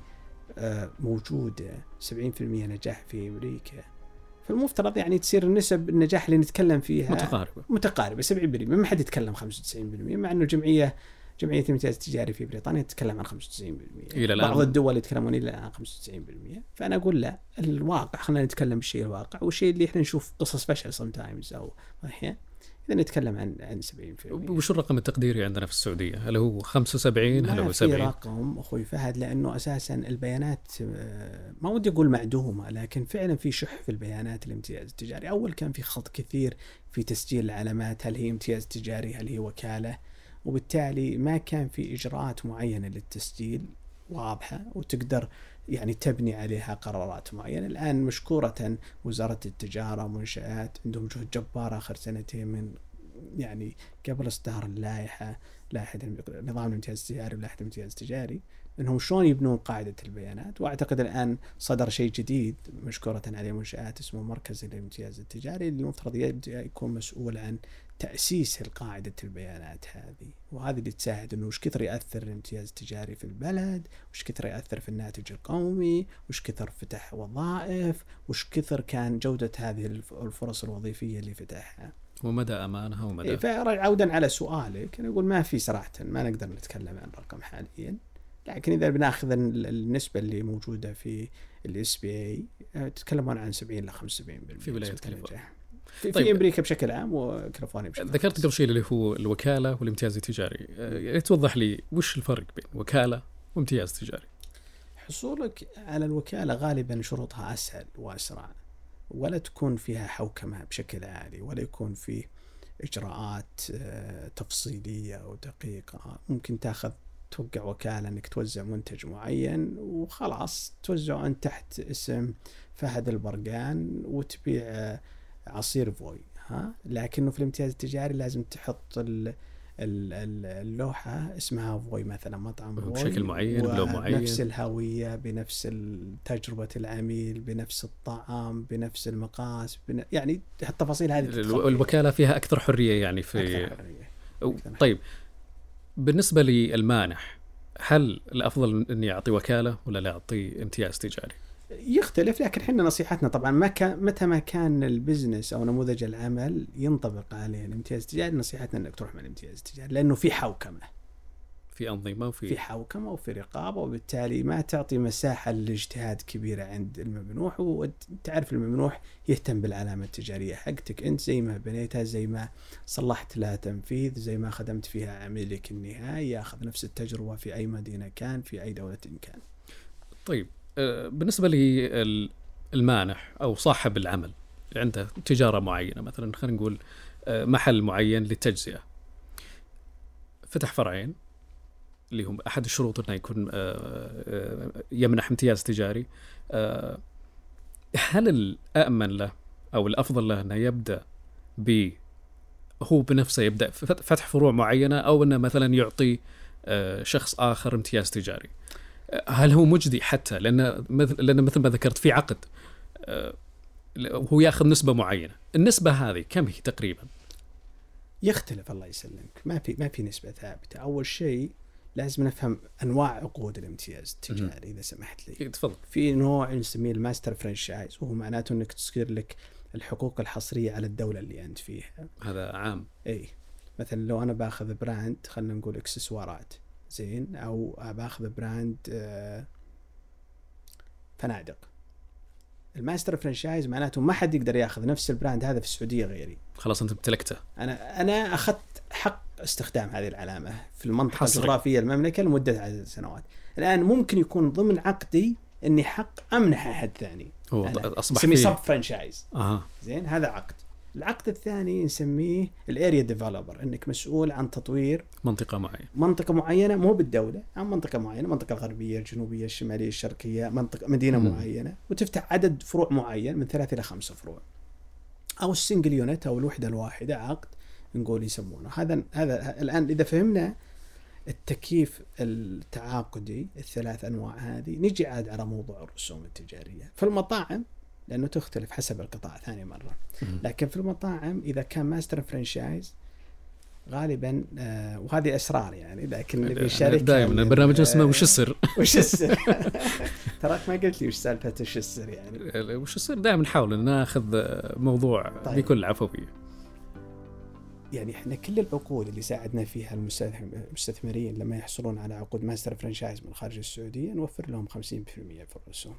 موجودة 70% نجاح في أمريكا، فالمفترض يعني تصير نسب النجاح اللي نتكلم فيها متقاربة 70%. ما حد يتكلم 95%، مع أنه جمعية الامتياز التجاري في بريطانيا تتكلم عن 95%، بعض الدول يتكلمون إلى الآن 95%. فأنا أقول لا، الواقع خلينا نتكلم بالشيء الواقع، والشيء اللي إحنا نشوف قصص فشل sometimes أو أحيانا إذا نتكلم عن 70%. وش الرقم التقديري عندنا في السعودية؟ هل هو 75 هل هو 70؟ ما في رقم أخوي فهد، لأنه أساسا البيانات ما ودي أقول معدومة، لكن فعلا في شح في البيانات الامتياز التجاري. أول كان في خط كثير في تسجيل العلامات، هل هي امتياز تجاري هل هي وكالة، وبالتالي ما كان في إجراءات معينة للتسجيل واضحة وتقدر يعني تبني عليها قرارات معينة. الآن مشكورة وزارة التجارة منشآت عندهم جهد جبار آخر سنتين من يعني قبل إصدار لائحة نظام الامتياز التجاري ولائحة الامتياز التجاري، انهم شلون يبنون قاعدة البيانات. واعتقد الان صدر شيء جديد مشكورة عليه منشآت اسمه مركز الامتياز التجاري، اللي المفترض يكون مسؤول عن تأسيس قاعدة البيانات هذه، وهذه اللي تساعد انه وش كثر يأثر الامتياز التجاري في البلد، وش كثر يأثر في الناتج القومي، وش كثر فتح وظائف، وش كثر كان جودة هذه الفرص الوظيفية اللي فتحها، ومدى أمانها ومدى. فعودا على سؤالك أنا أقول ما في صراحة، ما نقدر نتكلم عن رقم حاليا، لكن إذا بناخذ النسبة اللي موجودة في الSBA تتكلمون عن 70 إلى 75% في ولاية كاليفورنيا. في أمريكا بشكل عام وكاليفورنيا بشكل عام. ذكرت قبل شيء اللي هو الوكالة والامتياز التجاري، يتوضح لي وش الفرق بين وكالة وامتياز تجاري؟ حصولك على الوكالة غالبا شروطها أسهل وأسرع، ولا تكون فيها حوكمة بشكل عالي، ولا يكون فيه إجراءات تفصيلية ودقيقة. ممكن توقع وكالة أنك توزع منتج معين وخلاص توزعه أنت تحت اسم فهد البرقان وتبيع عصير فوي، لكنه في الامتياز التجاري لازم تحط اللوحة اسمها فوي مثلا، مطعم فوي بشكل معين بلون معين، بنفس الهوية، بنفس تجربة العميل، بنفس الطعام، بنفس المقاس، يعني التفاصيل هذه الوكالة فيها أكثر حرية يعني في أكثر حرية. طيب بالنسبة للمانح، هل الأفضل أني أعطي وكالة ولا لا أعطي امتياز تجاري؟ يختلف، لكن حنا نصيحتنا طبعا متى ما كان البزنس أو نموذج العمل ينطبق عليه الامتياز التجاري، نصيحتنا أنك تروح مع الامتياز التجاري، لأنه في حوكمة، في أنظمة في حوكمة وفي رقابة، وبالتالي ما تعطي مساحة للاجتهاد كبيرة عند الممنوح. وتعرف الممنوح يهتم بالعلامة التجارية حقتك أنت، زي ما بنيتها، زي ما صلحت لها تنفيذ، زي ما خدمت فيها عميلك النهائي، يأخذ نفس التجربة في أي مدينة كان، في أي دولة كان. طيب بالنسبة للمانح أو صاحب العمل عنده تجارة معينة، مثلا خلينا نقول محل معين للتجزئة، فتح فرعين اللي هم أحد الشروط أنه يكون يمنح امتياز تجاري، هل الأأمن له أو الأفضل له أنه يبدأ هو بنفسه يبدأ فتح فروع معينة، أو أنه مثلا يعطي شخص آخر امتياز تجاري؟ هل هو مجدي حتى لأن مثل ما ذكرت في عقد هو يأخذ نسبة معينة، النسبة هذه كم هي تقريبا؟ يختلف الله يسلمك، ما في نسبة ثابتة. أول شيء لازم نفهم أنواع عقود الامتياز التجاري إذا سمحت لي. تفضل. في نوع نسميه الماستر فرانشايز، وهو معناته أنك تصير لك الحقوق الحصرية على الدولة اللي أنت فيها. هذا عام. أي مثلا لو أنا باخذ براند خلنا نقول إكسسوارات زين، أو باخذ براند فنادق، الماستر فرانشايز معناته ما حد يقدر ياخذ نفس البراند هذا في السعودية غيري. خلاص أنت امتلكته. أنا أخذت حق استخدام هذه العلامة في المنطقة الجغرافية المملكة لمدة عدد سنوات. الآن ممكن يكون ضمن عقدي إني حق أمنحه حد ثاني، هو أصبح نسميه سب فرانشايز. زين، هذا عقد. العقد الثاني نسميه الاريا ديفلوبر، انك مسؤول عن تطوير منطقه معينه، مو بالدوله، عن منطقه معينه، منطقه الغربيه، الجنوبيه، الشماليه، الشرقيه، منطقه مدينه معينه، وتفتح عدد فروع معين من 3 إلى 5 فروع، او السنجل يونت او الوحده الواحده، عقد نقول يسمونه. هذا الان اذا فهمنا التكييف التعاقدي الثلاث انواع هذه، نجي عاد على موضوع الرسوم التجاريه. في المطاعم لأنه تختلف حسب القطاع ثاني مرة، لكن في المطاعم إذا كان ماستر فرانشايز غالبا وهذه اسرار يعني، لكن نبي نشارك دائما البرنامج اسمه وش السر. وش السر؟ تراك ما قلت لي وش سالفه وش السر يعني. وش السر دائما نحاول ان ناخذ موضوع طيب. بكل عفويه. يعني احنا كل العقود اللي ساعدنا فيها المستثمرين لما يحصلون على عقود ماستر فرانشايز من خارج السعوديه نوفر لهم 50% في الرسوم.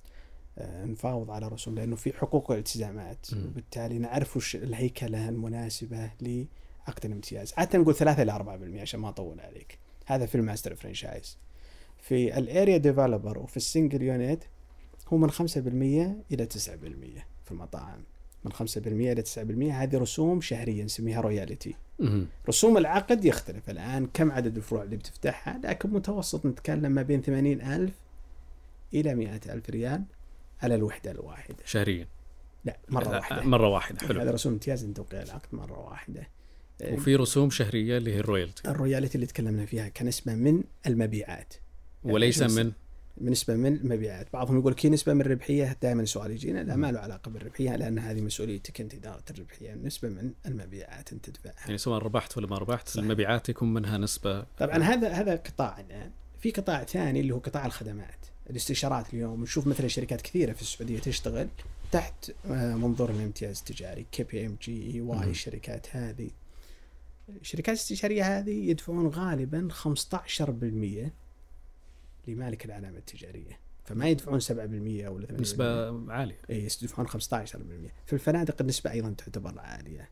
نفاوض على رسوم لانه في حقوق والتزامات، وبالتالي نعرف وش الهيكله المناسبه لعقد الامتياز. عاده نقول 3 إلى 4% عشان ما اطول عليك. هذا في الماستر فرانشايز. في الاريا ديفلوبر وفي السنجل يونت هو من 5% الى 9% في المطاعم. من 5% إلى 9%. هذه رسوم شهرية نسميها رويالتي. رسوم العقد يختلف الآن كم عدد الفروع اللي بتفتحها، لكن متوسط نتكلم ما بين 80,000 إلى 100,000 ريال على الوحدة الواحدة شهريا. لا مرة واحدة. مرة واحدة. حلو. هذا رسوم امتياز عند توقيع العقد مرة واحدة. وفي رسوم شهرية اللي هي الرويالتي. الرويالتي اللي تكلمنا فيها كنسبة من المبيعات وليس من نسبة من المبيعات. بعضهم يقول كي نسبة من الربحية، دائما السؤال يجينا لا ما له علاقة بالربحية، لأن هذه مسؤوليتك أنت إدارة الربحية. نسبة من المبيعات أنت تدفعها، يعني سواء ربحت ولا ما ربحت المبيعات يكون منها نسبة. طبعا هذا قطاع. الآن في قطاع ثاني اللي هو قطاع الخدمات، الاستشارات. اليوم نشوف مثلا شركات كثيرة في السعودية تشتغل تحت منظور الامتياز التجاري، KPMG EY. الشركات هذه الشركات الاستشارية هذه يدفعون غالبا 15% لمالك العلامة التجارية، فما يدفعون 7% أو 8%. نسبة عالية. إيه يدفعون 15%. في الفنادق النسبة أيضا تعتبر عالية.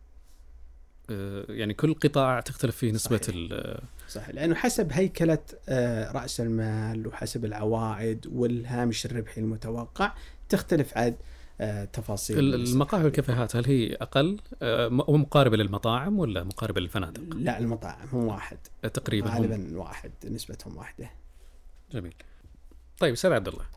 يعني كل قطاع تختلف فيه نسبة. صحيح. لأنه حسب هيكلة رأس المال وحسب العوائد والهامش الربحي المتوقع تختلف عاد تفاصيل. المقاهي والكافيهات هل هي أقل ومقاربة للمطاعم ولا مقاربة للفنادق؟ لا المطاعم هم واحد تقريبا، غالبا واحد، نسبتهم واحدة. جميل. طيب أستاذ عبد الله،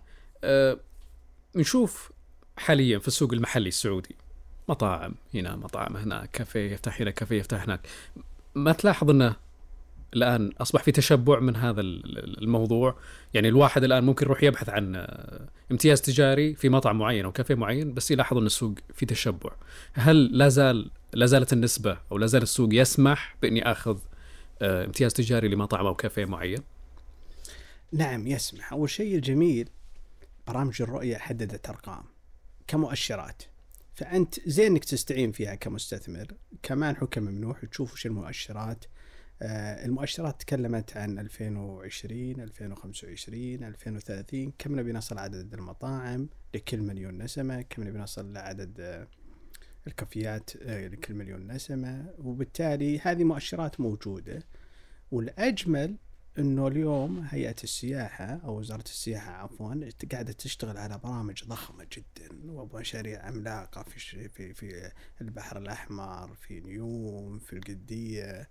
نشوف حاليا في السوق المحلي السعودي مطاعم هنا مطاعم هناك، كافيه يفتح هنا كافيه يفتح هناك. ما تلاحظ أنه الآن أصبح في تشبع من هذا الموضوع؟ يعني الواحد الآن ممكن يروح يبحث عن امتياز تجاري في مطعم معين أو كافيه معين، بس يلاحظ أن السوق في تشبع. هل لا زالت النسبة أو لا زال السوق يسمح بإني أخذ امتياز تجاري لمطعم أو كافيه معين؟ نعم يسمح. أول شيء الجميل برامج الرؤية حددت أرقام كمؤشرات، فأنت زين إنك تستعين فيها كمستثمر كمانح وكممنوح تشوف وش المؤشرات. المؤشرات تكلمت عن 2020 2025 2030 كم نبي نصل عدد المطاعم لكل مليون نسمة، كم نبي نصل لعدد الكافيات لكل مليون نسمة، وبالتالي هذه مؤشرات موجودة. والأجمل أنه اليوم هيئة السياحة أو وزارة السياحة عفوا قاعدة تشتغل على برامج ضخمة جدا ومشاريع عملاقة في البحر الأحمر، في نيوم، في القدية.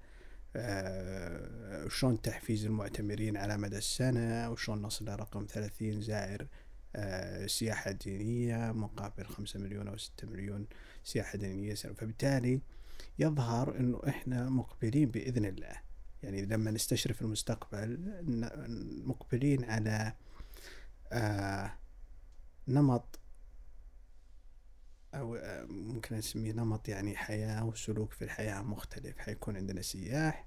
وشون تحفيز المعتمرين على مدى السنة، وشون نصل لرقم 30 زائر سياحة دينية مقابل 5 مليون أو 6 مليون سياحة دينية سنة. فبالتالي يظهر أنه إحنا مقبلين بإذن الله، يعني لما نستشرف المستقبل مقبلين على نمط أو ممكن نسميه نمط يعني حياة وسلوك في الحياة مختلف. حيكون عندنا سياح.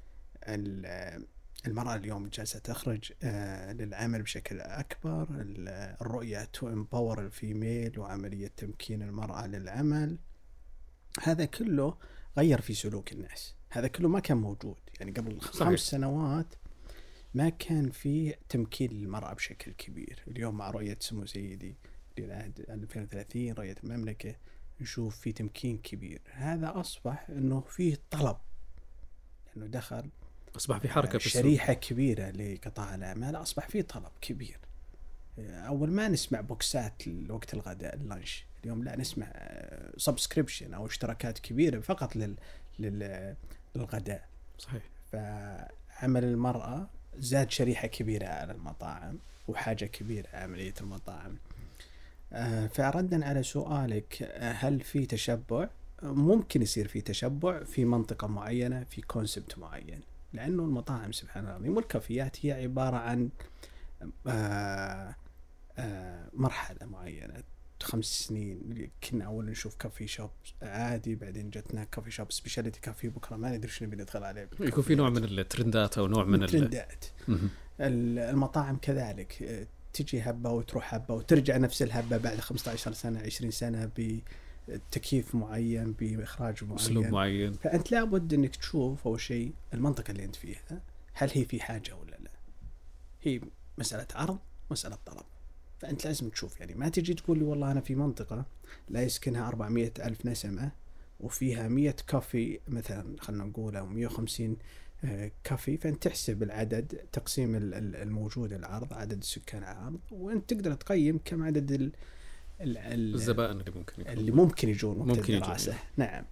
المرأة اليوم جالسة تخرج للعمل بشكل أكبر. الرؤية to empower الفيميل وعملية تمكين المرأة للعمل، هذا كله غير في سلوك الناس. هذا كله ما كان موجود يعني قبل 5 سنوات، ما كان فيه تمكين للمرأة بشكل كبير. اليوم مع رؤية سمو سيدي للعهد 2030 رؤية المملكة نشوف في تمكين كبير. هذا أصبح أنه فيه طلب، لأنه دخل أصبح في حركة في شريحة كبيرة لقطاع الأعمال، أصبح في طلب كبير. أول ما نسمع بوكسات لوقت الغداء اللانش، اليوم لا نسمع سبسكريبشن أو اشتراكات كبيرة فقط للغداء. صحيح. فعمل المرأة زاد شريحة كبيرة على المطاعم وحاجة كبيرة على عملية المطاعم. فردًا على سؤالك هل في تشبع؟ ممكن يصير في تشبع في منطقة معينة في كونسبت معين، لأنه المطاعم سبحان الله والكافيات هي عبارة عن مرحلة معينة. 5 سنين كنا أول نشوف كافي شوب عادي، بعدين جتنا كافي شوب سبيشاليتي كافي، بكرة ما ندري شنو بندخل عليه. يكون في نوع من الترندات أو نوع من الترندات. المطاعم كذلك، تجي هبة وتروح هبة وترجع نفس الهبة بعد 15 سنة 20 سنة بتكييف معين، بإخراج معين، أسلوب معين. فأنت لابد أنك تشوف أول شيء المنطقة اللي أنت فيها هل هي في حاجة ولا لا. هي مسألة عرض، مسألة طلب. فأنت لازم تشوف، يعني ما تجي تقول لي والله أنا في منطقة لا يسكنها 400 ألف نسمة وفيها 100 كافي مثلا، خلنا نقول، أو 150 كافي، فأنت تحسب العدد، تقسيم الموجود، العرض، عدد السكان العرض، وأنت تقدر تقيم كم عدد الزبائن اللي ممكن يجون وقت الدراسة. نعم.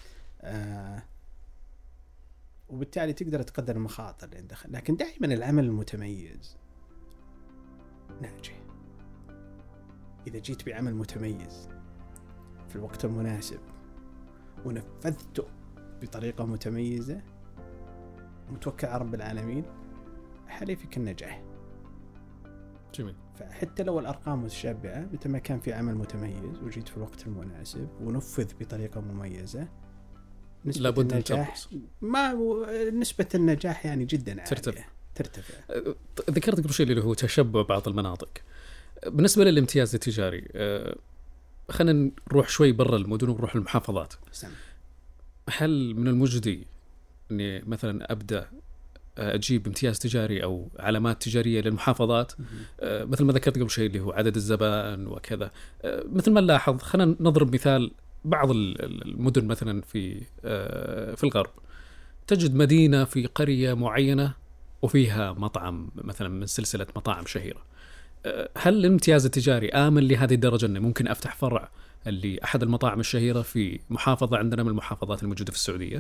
وبالتالي تقدر تقدر المخاطر اللي دخل. لكن دائما العمل المتميز ناجح. إذا جيت بعمل متميز في الوقت المناسب ونفذته بطريقة متميزة متوكل على رب العالمين، حليفك النجاح. جميل. فحتى لو الأرقام متشابهة، متى ما كان في عمل متميز وجيت في الوقت المناسب ونفذ بطريقة مميزة، نسبة النجاح نسبة النجاح يعني جدا عالية، ترتفع. ذكرت قبل شيء اللي هو تشبع بعض المناطق. بالنسبة للامتياز التجاري، خلينا نروح شوي برا المدن ونروح المحافظات. هل من المجدي أني مثلا أبدأ أجيب امتياز تجاري أو علامات تجارية للمحافظات، مثل ما ذكرت قبل شيء اللي هو عدد الزبائن وكذا؟ مثل ما نلاحظ، خلينا نضرب مثال، بعض المدن مثلا في الغرب تجد مدينة في قرية معينة وفيها مطعم مثلا من سلسلة مطاعم شهيرة. هل الامتياز التجاري آمن لهذه الدرجة أنه ممكن أفتح فرع لأحد المطاعم الشهيرة في محافظة عندنا من المحافظات الموجودة في السعودية؟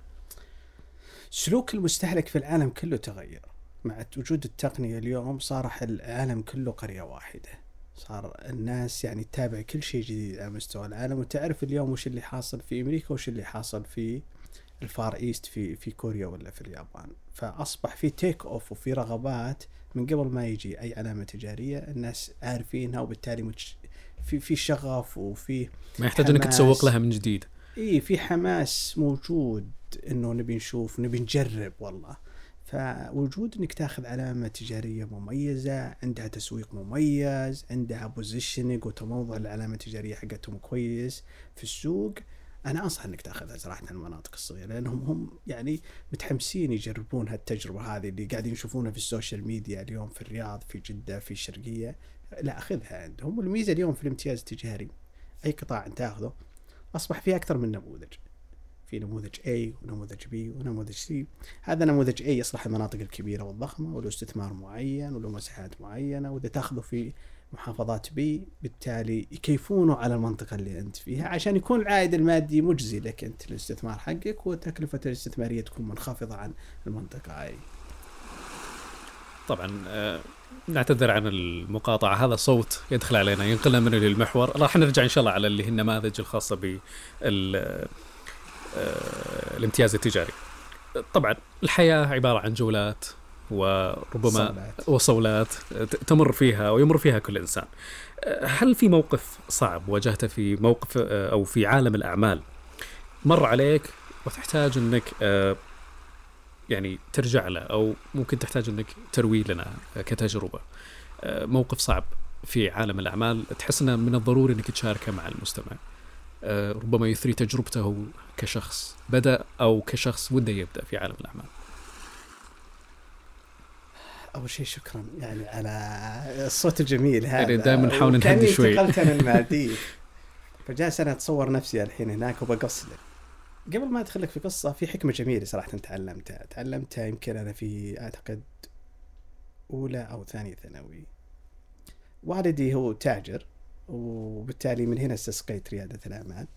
سلوك المستهلك في العالم كله تغير مع وجود التقنية. اليوم صار العالم كله قرية واحدة، صار الناس يعني تتابع كل شيء جديد على مستوى العالم، وتعرف اليوم وش اللي حاصل في أمريكا وش اللي حاصل في الفار إيست، في كوريا ولا في اليابان. فأصبح في تيك أوف وفي رغبات من قبل ما يجي أي علامة تجارية، الناس عارفينها، وبالتالي في شغف وفي ما يحتاج أنك تسوق لها من جديد. في حماس موجود إنه نبي نشوف، نبي نجرب والله. فوجود إنك تأخذ علامة تجارية مميزة، عندها تسويق مميز، عندها بوزيشننج وتموضع العلامة التجارية حقتهم كويس في السوق، أنا أنصح إنك تأخذها صراحة المناطق الصغيرة، لأنهم هم يعني متحمسين يجربون هالتجربة هذه اللي قاعدين يشوفونها في السوشيال ميديا اليوم في الرياض، في جدة، في الشرقية. لا، أخذها عندهم. والميزة اليوم في الامتياز التجاري أي قطاع أنت تأخذه أصبح فيه أكثر من نموذج. في نموذج A ونموذج B ونموذج C. هذا نموذج A يصلح المناطق الكبيرة والضخمة وله استثمار معين وله مساحات معينة، وإذا تأخذه في محافظات B بالتالي يكيفونه على المنطقة اللي أنت فيها عشان يكون العائد المادي مجزي لك أنت الاستثمار حقك، وتكلفة الاستثمارية تكون منخفضة عن المنطقة هاي. طبعا نعتذر عن المقاطعة، هذا صوت يدخل علينا ينقلنا من المحور. راح نرجع إن شاء الله على اللي هي النماذج الخاصة بالامتياز التجاري. طبعا الحياة عبارة عن جولات وربما وصولات تمر فيها ويمر فيها كل إنسان. هل في موقف صعب واجهته في موقف أو في عالم الأعمال مر عليك وتحتاج أنك يعني ترجع له، أو ممكن تحتاج أنك تروي لنا كتجربة موقف صعب في عالم الأعمال تحسنا من الضروري أنك تشاركه مع المستمع، ربما يثري تجربته كشخص بدأ أو كشخص وده يبدأ في عالم الأعمال؟ أول شيء شكرا يعني على الصوت الجميل هذا. يعني دائما نحاول نهدي شوي. كان انتقلت من المالديف فجالس أنا أتصور نفسي الحين هناك وبقص لك. قبل ما أدخل لك في قصة، في حكمة جميلة صراحة تعلمتها يمكن أنا في أعتقد أولى أو ثانية ثانوي. والدي هو تاجر، وبالتالي من هنا استسقيت ريادة الأعمال.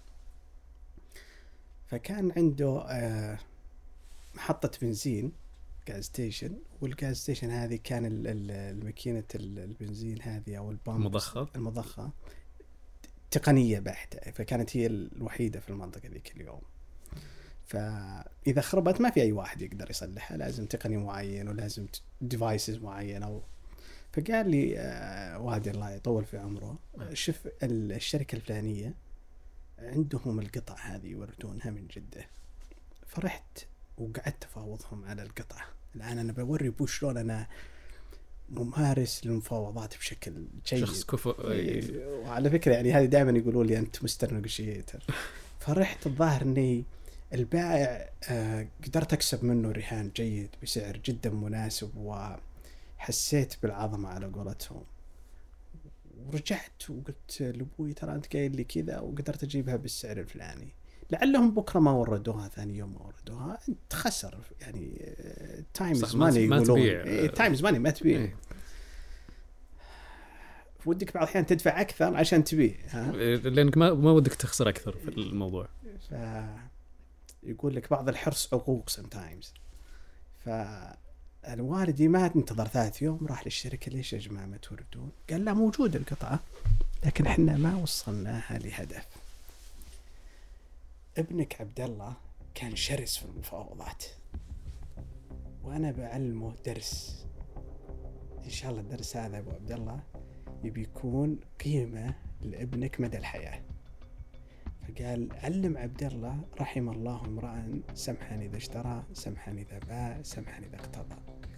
فكان عنده محطة بنزين، غاز ستيشن، والغاز ستيشن هذه كان الماكينة البنزين هذه أو البامب المضخة تقنية بحتة، فكانت هي الوحيدة في المنطقة ذيك اليوم. فإذا خربت ما في أي واحد يقدر يصلحها، لازم تقني معين ولازم ديفايسز معينة فقال لي وادي الله يطول في عمره، شوف الشركة الفلانية عندهم القطع هذه يوردونها من جدة. فرحت وقعدت أفاوضهم على القطعة. الآن أنا بوري أبوه شلون أنا ممارس للمفاوضات بشكل جيد، شخص كفؤ. وعلى فكرة يعني هذه دائما يقولوا لي أنت مستر نيغوشيتر. فرحت الظاهر أني البائع قدرت أكسب منه رهان جيد بسعر جدا مناسب، وحسيت بالعظمة على قولتهم. ورجعت وقلت لأبوي ترى أنت قايل لي كذا وقدرت أجيبها بالسعر الفلاني. لعلهم بكرة ما وردوها، ثاني يوم ما وردوها، أنت خسر يعني. تايمز ماني يقولون، تايمز ماني ما تبيع. ودك بعض الأحيان تدفع أكثر عشان تبيع، لأنك ما ودك تخسر أكثر في الموضوع. يقول لك بعض الحرص عقوق sometimes. فالوالدي ما انتظر 3 يوم، راح للشركة، ليش يا جماعة ما توردون؟ قال لا موجود القطعة لكن احنا ما وصلناها لهدف. ابنك عبد الله كان شرس في المفاوضات، وانا بعلمه درس ان شاء الله. الدرس هذا ابو عبد الله يبي يكون قيمة لابنك مدى الحياة. فقال علم عبد الله رحم الله امرأ سمحا إذا اشترى، سمحا إذا باع، سمحا إذا اقتضى.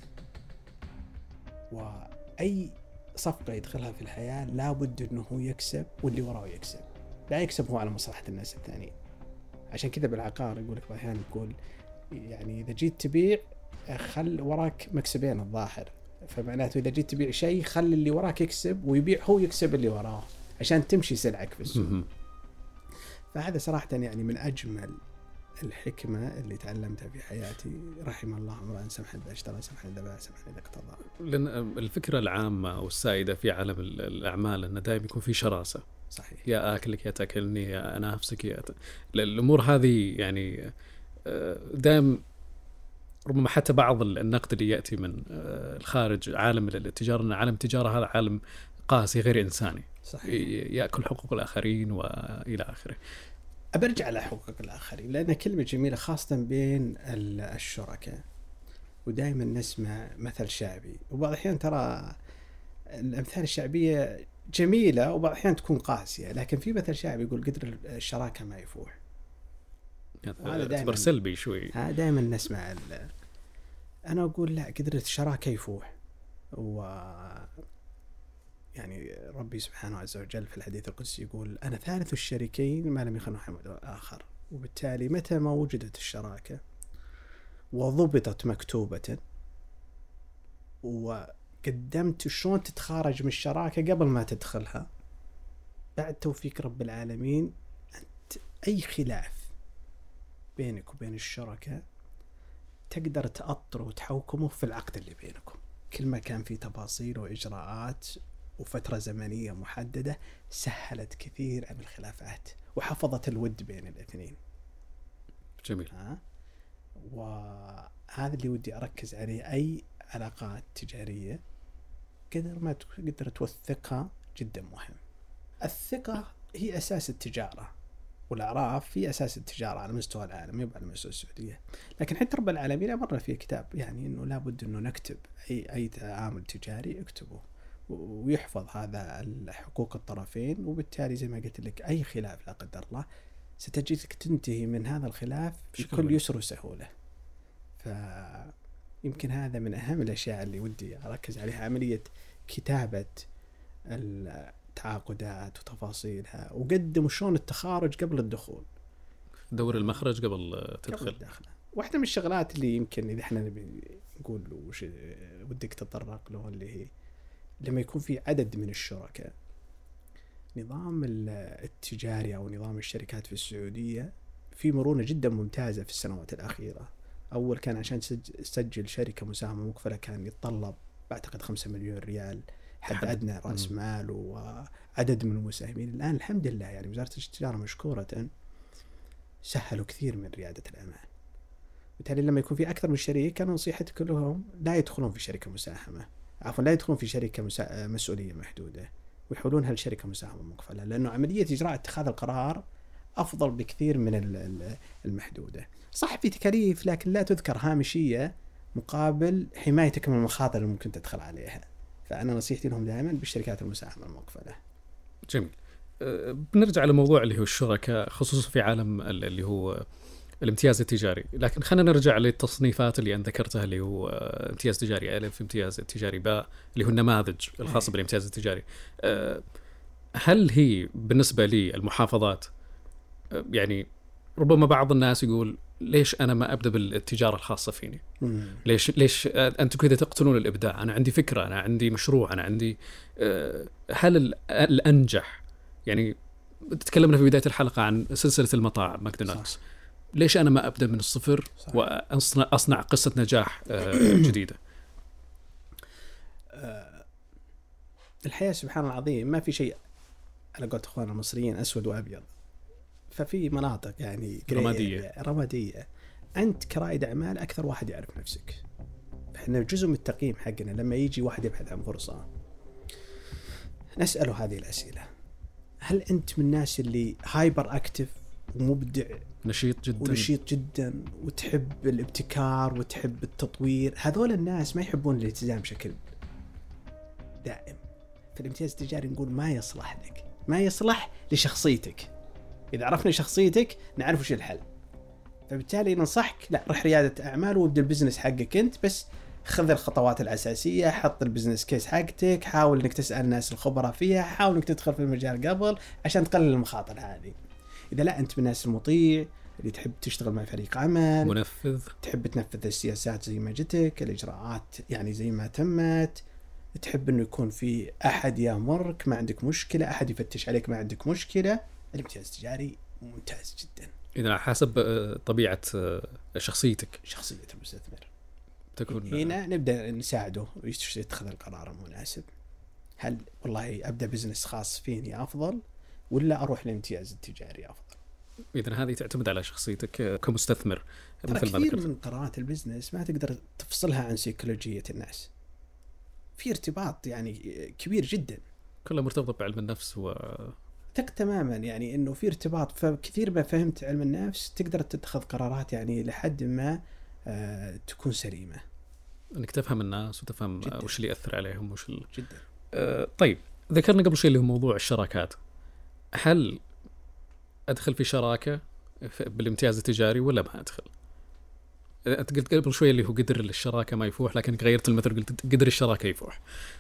وأي صفقة يدخلها في الحياة لابد أنه يكسب واللي وراه يكسب، لا يكسب هو على مصلحة الناس الثانيين. عشان كذا بالعقار يقول لك أحيانا يقول يعني إذا جيت تبيع خل وراك مكسبين الظاهر، فمعناته إذا جيت تبيع شيء خل اللي وراك يكسب ويبيع هو يكسب اللي وراه عشان تمشي سلعك في السوق. فهذا صراحة يعني من أجمل الحكمة اللي تعلمتها في حياتي. رحم الله امرأ سمحا إذا اشترى، سمحا إذا باع، سمحا إذا اقتضى. لأن الفكرة العامة والسائدة في عالم الأعمال أنه دائما يكون في شراسة. صحيح. يا آكلك يا تأكلني يا أنافسك الأمور هذه يعني دائما. ربما حتى بعض النقد اللي يأتي من الخارج عالم التجارة، أن عالم التجارة هذا عالم قاسي غير إنساني. صحيح. يأكل حقوق الآخرين وإلى آخره. أبرجع على حقوق الآخرين لأنها كلمة جميلة خاصة بين الشركاء. ودائما نسمع مثل شعبي، وبعض الأحيان ترى الأمثال الشعبية جميلة وبعض الأحيان تكون قاسية، لكن في مثل شعبي يقول قدر الشراكة ما يفوح. هذا دائما سلبي شوي. دائما نسمع أنا أقول لا، قدر الشراكة يفوح. يعني ربي سبحانه عز وجل في الحديث القدسي يقول أنا ثالث الشريكين ما لم يخن أحد آخر. وبالتالي متى ما وجدت الشراكة وضبطت مكتوبة وقدمت شلون تتخارج من الشراكة قبل ما تدخلها، بعد توفيق رب العالمين أنت أي خلاف بينك وبين الشركاء تقدر تأطره وتحوكمه في العقد اللي بينكم. كل ما كان في تفاصيل وإجراءات وفترة زمنية محددة سهلت كثير عن الخلافات وحفظت الود بين الاثنين. جميل. وهذا اللي ودي أركز عليه. أي علاقات تجارية قدر ما تقدر توثقها جدا مهم. الثقة هي أساس التجارة، والأعراف هي أساس التجارة على مستوى العالم، يبقى على مستوى السعودية. لكن حتى رب العالمين أمرنا في كتاب يعني إنه لابد إنه نكتب أي تعامل تجاري اكتبه ويحفظ هذا حقوق الطرفين. وبالتالي زي ما قلت لك أي خلاف لا قدر الله ستجدك تنتهي من هذا الخلاف بكل يسر وسهولة. فيمكن هذا من أهم الأشياء اللي ودي أركز عليها، عملية كتابة التعاقدات وتفاصيلها، وقدم شلون التخارج قبل الدخول، دور المخرج قبل تدخل. واحدة من الشغلات اللي يمكن إذا احنا نبي نقول وش ودك تطرق له اللي هي لما يكون في عدد من الشركاء. نظام التجاري أو نظام الشركات في السعودية في مرونة جدا ممتازة في السنوات الأخيرة. أول كان عشان تسجل شركة مساهمة مكفلة كان يتطلب بعتقد 5 مليون ريال حد أدنى رأس مال وعدد من المساهمين. الآن الحمد لله يعني وزارة التجارة مشكورة سهلوا كثير من ريادة الأعمال. بالتالي لما يكون في أكثر من شريك كانوا نصيحتي كلهم لا يدخلون في شركة مساهمة، عفوا لا يدخلون في شركة مسؤولية محدودة ويحولونها لشركة مساهمة مكفلة، لأنه عملية إجراء اتخاذ القرار أفضل بكثير من المحدودة. صح في تكاليف لكن لا تذكر هامشية مقابل حمايتك من المخاطر اللي ممكن تدخل عليها. فأنا نصيحتي لهم دائما بالشركات المساهمة الموقفة. جميل. بنرجع لموضوع اللي هو الشركاء خصوصا في عالم اللي هو الامتياز التجاري، لكن خلينا نرجع للتصنيفات اللي أنا ذكرتها اللي هو امتياز تجاري ألف، امتياز تجاري باء، اللي هو النماذج الخاصة بالامتياز التجاري. هل هي بالنسبة لي المحافظات يعني ربما بعض الناس يقول ليش أنا ما أبدأ بالتجارة الخاصة فيني؟ ليش أنتم كذا تقتلون الإبداع؟ أنا عندي فكرة، أنا عندي مشروع، أنا عندي هل الأنجح يعني تكلمنا في بداية الحلقة عن سلسلة المطاعم ماكدونالدز، ليش أنا ما أبدأ من الصفر وأصنع قصة نجاح جديدة؟ الحياة سبحان الله العظيم ما في شيء على قولة إخواننا المصريين أسود وأبيض، ففي مناطق يعني رمادية. أنت كرائد أعمال أكثر واحد يعرف نفسك. إحنا جزء من التقييم حقنا لما يجي واحد يبحث عن فرصة نسأله هذه الأسئلة: هل أنت من الناس اللي هايبر أكتف ومبدع نشيط جدا وتحب الابتكار وتحب التطوير؟ هذول الناس ما يحبون الالتزام بشكل دائم. في الامتياز التجاري نقول ما يصلح لك، ما يصلح لشخصيتك. إذا عرفنا شخصيتك نعرف وش الحل. فبالتالي ننصحك لا، رح ريادة أعمال وابدأ البزنس حقك أنت، بس خذ الخطوات الأساسية، حط البزنس كيس حقتك، حاول إنك تسأل الناس الخبراء فيها، حاول إنك تدخل في المجال قبل عشان تقلل المخاطر هذه. إذا لا، أنت من الناس المطيع اللي تحب تشتغل مع فريق عمل منفذ، تحب تنفذ السياسات زي ما جتك، الإجراءات يعني زي ما تمت، تحب إنه يكون في أحد يأمرك ما عندك مشكلة، أحد يفتش عليك ما عندك مشكلة، الامتياز التجاري ممتاز جدا. إذا حسب طبيعة شخصيتك، شخصية المستثمر تكون هنا نبدأ نساعده يتخذ القرار المناسب. هل والله أبدأ بزنس خاص فيني أفضل ولا أروح للامتياز التجاري أفضل؟ إذن هذه تعتمد على شخصيتك كمستثمر. مثل ما ذكرت، كثير من قرارات البزنس ما تقدر تفصلها عن سيكولوجية الناس، في ارتباط يعني كبير جدا، كله مرتبط بعلم النفس تماما يعني إنه في ارتباط. فكثير ما فهمت علم النفس تقدر تتخذ قرارات يعني لحد ما تكون سليمة، انك تفهم الناس وتفهم وش اللي يأثر عليهم وش جدا. طيب ذكرنا قبل شيء اللي هو موضوع الشراكات. هل أدخل في شراكة بالامتياز التجاري ولا ما أدخل؟ أنت قلت قبل شوي اللي هو قدر الشراكة ما يفوح، لكن غيرت المثل قلت قدر الشراكة يفوح.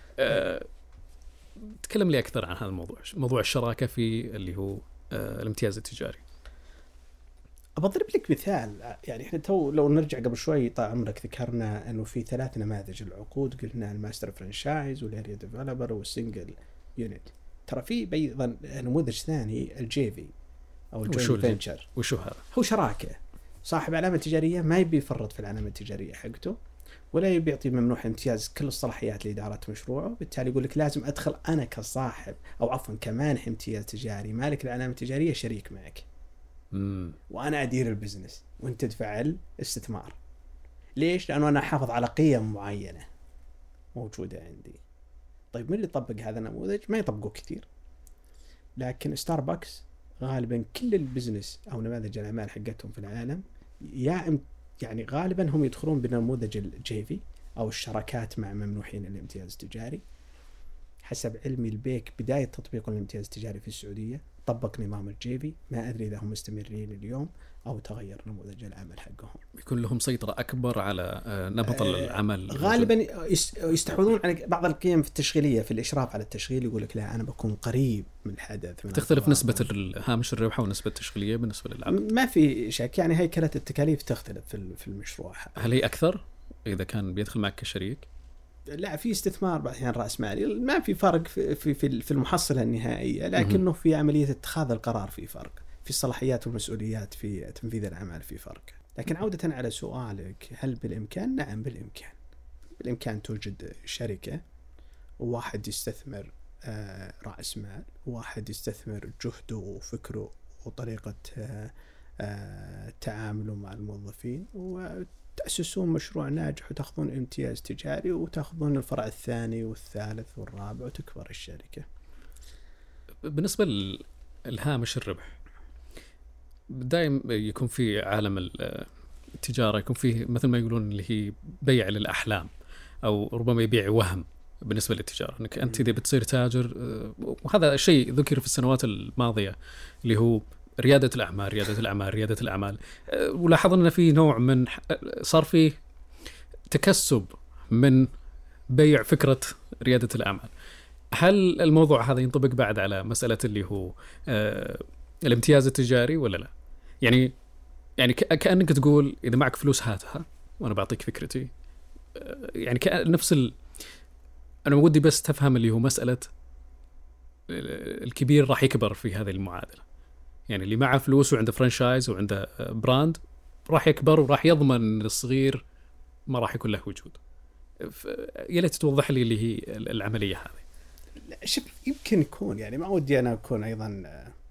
تكلم لي أكثر عن هذا الموضوع، موضوع الشراكة في اللي هو الامتياز التجاري. أضرب لك مثال، يعني إحنا لو نرجع قبل شوي طال عمرك ذكرنا إنه في 3 نماذج العقود، قلنا الماستر فرانشايز والاريا ديفلوبر والسنجل يونت. ترى في أيضا نموذج ثاني الجيفي أو الجوينت فينتشر. وشو هذا؟ هو شراكة، صاحب علامة تجارية ما يبي يفرط في العلامة التجارية حقته ولا يبي يعطي ممنوح امتياز كل الصلاحيات لإدارة مشروعه، بالتالي يقول لك لازم أدخل أنا كصاحب أو عفوا كمانح امتياز تجاري مالك العلامة التجارية شريك معك. وأنا أدير البزنس وأنت تدفع الاستثمار. ليش؟ لأنه أنا أحافظ على قيم معينة موجودة عندي. طيب من اللي طبق هذا النموذج؟ ما يطبقوه كثير، لكن ستاربكس غالبا كل البزنس أو نماذج الأعمال حقتهم في العالم يعني غالبا هم يدخلون بنموذج الجيفي أو الشراكات مع ممنوحين الامتياز التجاري. حسب علمي البيك بداية تطبيق الامتياز التجاري في السعودية طبق نظام الجيفي، ما أدري إذا هم مستمرين اليوم أو تغير نموذج العمل حقهم. يكون لهم سيطرة أكبر على نمط العمل. غالبا يستحوذون على بعض القيم في التشغيلية، في الإشراف على التشغيل، يقول لك لا أنا بكون قريب من الحدث. تختلف نسبة الهامش الربح ونسبة التشغيلية بالنسبة للعمل. ما في شك، يعني هيكلة التكاليف تختلف في المشروع. هل هي أكثر إذا كان بيدخل معك كشريك؟ لا، في استثمار بعض الأحيان رأس مالي، ما في فرق في المحصلة النهائية، لكنه في عملية اتخاذ القرار في فرق، في الصلاحيات والمسؤوليات في تنفيذ الأعمال في فرق. لكن عودة على سؤالك، هل بالإمكان؟ نعم بالإمكان توجد شركة وواحد يستثمر رأس مال، وواحد يستثمر جهده وفكره وطريقة تعامله مع الموظفين، تأسسون مشروع ناجح وتأخذون امتياز تجاري وتأخذون الفرع الثاني والثالث والرابع وتكبر الشركة. بالنسبة للهامش الربح، دائما يكون في عالم التجارة يكون فيه مثل ما يقولون اللي هي بيع للأحلام، أو ربما يبيع وهم بالنسبة للتجارة، أنك أنت إذا بتصير تاجر، وهذا شيء ذكر في السنوات الماضية اللي هو ريادة الأعمال. ولاحظنا في نوع من صار فيه تكسب من بيع فكرة ريادة الأعمال. هل الموضوع هذا ينطبق بعد على مسألة اللي هو الامتياز التجاري ولا لا؟ يعني كأنك تقول إذا معك فلوس هاتها وأنا بعطيك فكرتي. يعني نفس أنا ودي بس تفهم اللي هو مسألة الكبير راح يكبر في هذه المعادلة. يعني اللي معه فلوس وعنده فرانشايز وعنده براند راح يكبر وراح يضمن أن الصغير ما راح يكون له وجود. يا ليت توضح لي اللي هي العملية هذه. شوف، يمكن يكون يعني ما ودي أنا أكون أيضا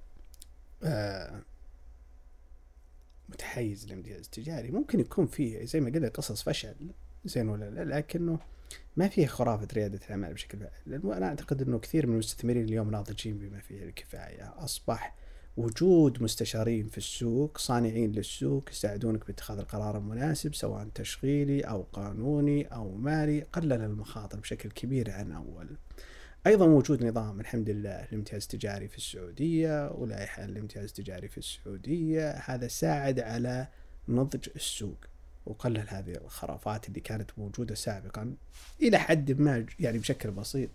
متحيز للامتياز التجاري. ممكن يكون فيه زي ما قلنا قصص فشل زين ولا لا، لكنه ما فيه خرافة ريادة الأعمال بشكل فعال. لأنه أنا أعتقد أنه كثير من المستثمرين اليوم ناضجين بما فيه الكفاية. أصبح وجود مستشارين في السوق، صانعين للسوق، يساعدونك باتخاذ القرار المناسب سواء تشغيلي أو قانوني أو مالي، قلل المخاطر بشكل كبير عن أول. أيضا وجود نظام الحمد لله الامتياز التجاري في السعودية ولائحة الامتياز التجاري في السعودية، هذا ساعد على نضج السوق وقلل هذه الخرافات اللي كانت موجودة سابقا إلى حد ما يعني بشكل بسيط.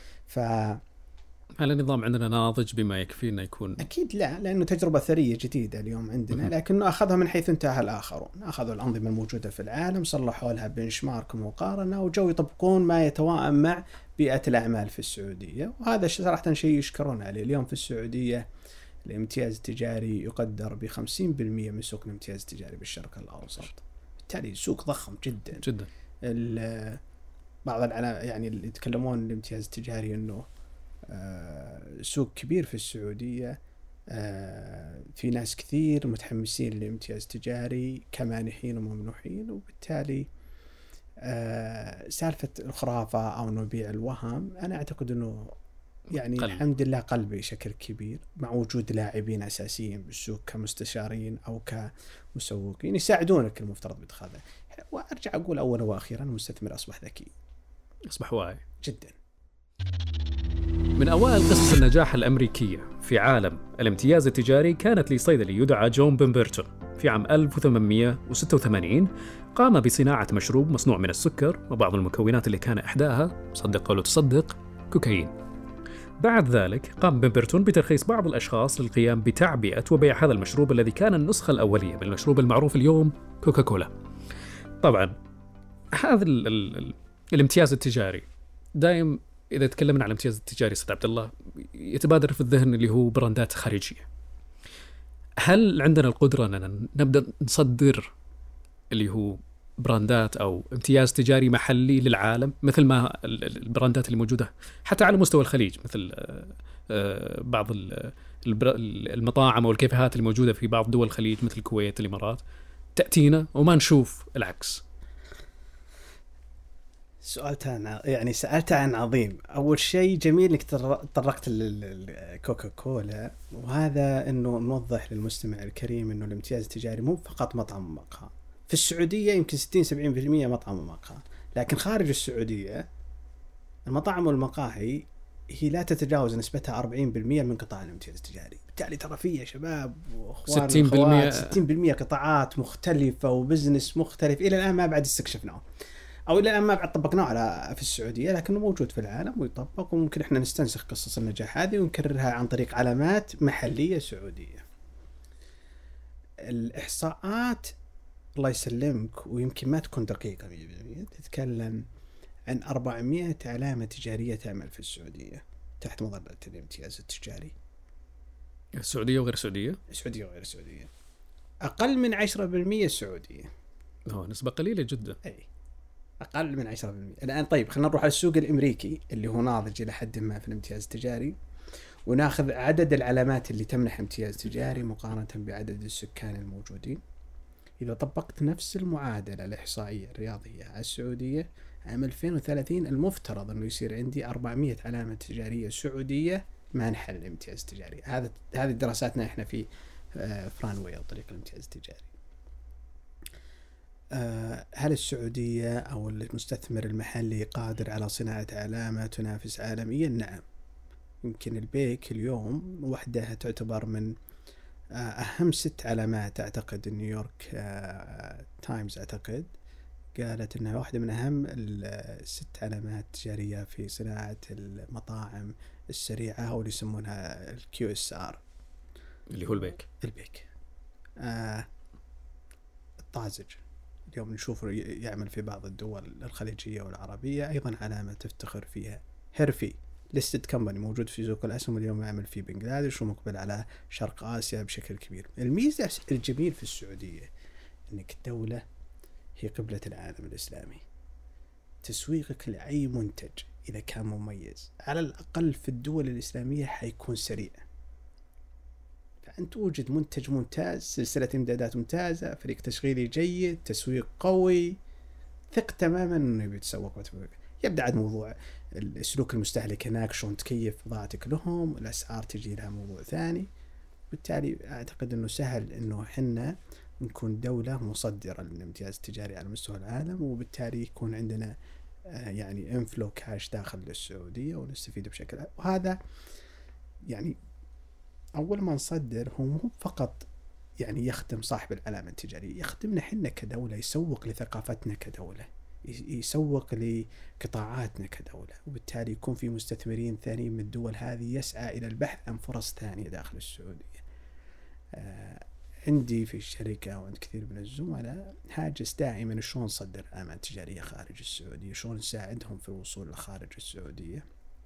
هل النظام عندنا ناضج بما يكفي أنه يكون؟ أكيد لا، لأنه تجربة ثرية جديدة اليوم عندنا، لكنه أخذها من حيث انتهى الآخرون. أخذوا الأنظمة الموجودة في العالم، صلحوا لها بنشمارك ومقارنة، وجو يطبقون ما يتوائم مع بيئة الأعمال في السعودية. وهذا صراحة شيء يشكرون عليه. اليوم في السعودية الامتياز التجاري يقدر ب50% من سوق الامتياز التجاري بالشرق الأوسط، بالتالي سوق ضخم جدا جدا. بعض يعني اللي يتكلمون الامتياز التجاري أنه سوق كبير في السعودية. في ناس كثير متحمسين للامتياز التجاري كمانحين وممنوحين، وبالتالي سالفة الخرافة أو نبيع الوهم أنا أعتقد أنه يعني الحمد لله قلبي بشكل كبير، مع وجود لاعبين أساسيين بالسوق كمستشارين أو كمسوقين يساعدونك المفترض باتخاذه. وأرجع أقول أولا وأخيرا المستثمر أصبح ذكي، أصبح واعي جدا. من أوائل قصص النجاح الأمريكية في عالم الامتياز التجاري كانت لصيدلي يدعى جون بمبرتون. في عام 1886 قام بصناعة مشروب مصنوع من السكر وبعض المكونات اللي كان إحداها، صدق أو تصدق، كوكايين. بعد ذلك قام بمبرتون بترخيص بعض الأشخاص للقيام بتعبئة وبيع هذا المشروب الذي كان النسخة الأولية من المشروب المعروف اليوم كوكاكولا. طبعا هذا الامتياز التجاري دائم إذا تكلمنا عن الامتياز التجاري سيد عبد الله يتبادر في الذهن اللي هو براندات خارجية. هل عندنا القدرة أن نبدأ نصدر اللي هو براندات أو امتياز تجاري محلي للعالم مثل ما البراندات اللي موجودة حتى على مستوى الخليج، مثل بعض المطاعم أو الكافيهات اللي موجودة في بعض دول الخليج مثل الكويت، الإمارات، تأتينا وما نشوف العكس؟ يعني سألت عن عظيم. أول شيء جميل إنك تطرقت للكوكاكولا، وهذا إنه نوضح للمستمع الكريم إنه الامتياز التجاري مو فقط مطعم ومقهى. في السعودية يمكن 60-70% مطعم ومقهى، لكن خارج السعودية المطاعم والمقاهي هي لا تتجاوز نسبتها 40% من قطاع الامتياز التجاري. بالتالي ترى فيه شباب وأخوان 60% قطاعات مختلفة وبزنس مختلف إلى الآن ما بعد استكشفناه، أو إلى الآن ما بعد طبقناه على في السعودية، لكنه موجود في العالم ويطبق. وممكن إحنا نستنسخ قصص النجاح هذه ونكررها عن طريق علامات محلية سعودية. الإحصاءات الله يسلمك ويمكن ما تكون دقيقة 100%، تتكلم عن 400 علامة تجارية تعمل في السعودية تحت مظلة الامتياز التجاري. السعودية وغير السعودية؟ السعودية وغير السعودية. أقل من 10% السعودية. نسبة قليلة جدا. أي أقل من 10%. الآن طيب خلينا نروح على السوق الأمريكي اللي هو ناضج إلى حد ما في الامتياز التجاري، وناخذ عدد العلامات اللي تمنح امتياز تجاري مقارنة بعدد السكان الموجودين. إذا طبقت نفس المعادلة الإحصائية الرياضية على السعودية عام 2030 المفترض أنه يصير عندي 400 علامة تجارية سعودية مانحة الامتياز التجاري. هذه دراساتنا إحنا في فرانوي أو طريق الامتياز التجاري. هل السعودية أو المستثمر المحلي قادر على صناعة علامة تنافس عالميا؟ نعم. يمكن البيك اليوم وحدها تعتبر من أهم 6 علامات. أعتقد نيويورك تايمز أعتقد قالت أنها واحدة من أهم 6 علامات تجارية في صناعة المطاعم السريعة، أو اللي يسمونها QSR اللي هو البيك. الطازج اليوم نشوفه يعمل في بعض الدول الخليجية والعربية، أيضا علامة تفتخر فيها. هيرفي ليستد كمباني موجود في سوق الأسهم اليوم، يعمل في بنغلاديش ومقبل على شرق آسيا بشكل كبير. الميزة الجميل في السعودية أنك الدولة هي قبلة العالم الإسلامي. تسويقك لأي منتج إذا كان مميز على الأقل في الدول الإسلامية حيكون سريع. فأنت توجد منتج ممتاز، سلسلة إمدادات ممتازة، فريق تشغيلي جيد، تسويق قوي، ثق تماما أنه بيتسوق وتسويق. يبدأ عاد موضوع السلوك المستهلك هناك، شلون تكيف بضاعتك لهم، الأسعار تجي لها موضوع ثاني. بالتالي أعتقد أنه سهل أنه حنا نكون دولة مصدرة للامتياز التجاري على مستوى العالم، وبالتالي يكون عندنا يعني انفلو كاش داخل السعودية ونستفيد بشكل. وهذا يعني أول ما نصدر هو مو فقط يعني يخدم صاحب العلامة التجارية، يخدمنا حنا كدولة، يسوق لثقافتنا كدولة، يسوق لقطاعاتنا كدولة، وبالتالي يكون في مستثمرين ثانيين من الدول هذه يسعى إلى البحث عن فرص ثانية داخل السعودية. عندي في الشركة وعند كثير من الزملاء هاجس دائما شلون نصدر علامات تجارية خارج السعودية، شلون نساعدهم في الوصول لخارج السعودية.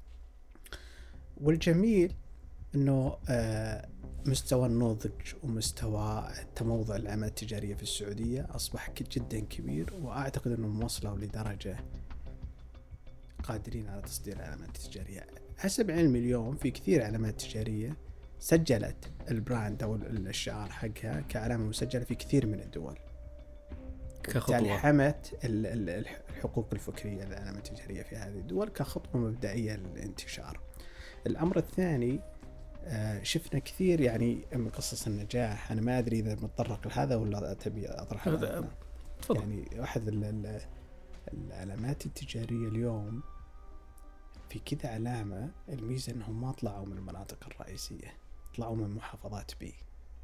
والجميل انه مستوى النضج ومستوى تموضع العلامات التجارية في السعودية اصبح جدا كبير، واعتقد انهم وصلوا لدرجة قادرين على تصدير العلامات التجارية. حسب علم اليوم في كثير علامات تجارية سجلت البراند او الشعار حقها كعلامة مسجلة في كثير من الدول، كخطوة حمت الحقوق الفكرية للعلامة التجارية في هذه الدول كخطوة مبدئية للانتشار. الأمر الثاني شفنا كثير يعني من قصص النجاح. أنا ما أدري إذا متطرق لهذا ولا تبي أطرح هذا. يعني واحد العلامات التجارية اليوم في كذا علامة، الميزة أنهم ما طلعوا من المناطق الرئيسية، طلعوا من محافظات بي.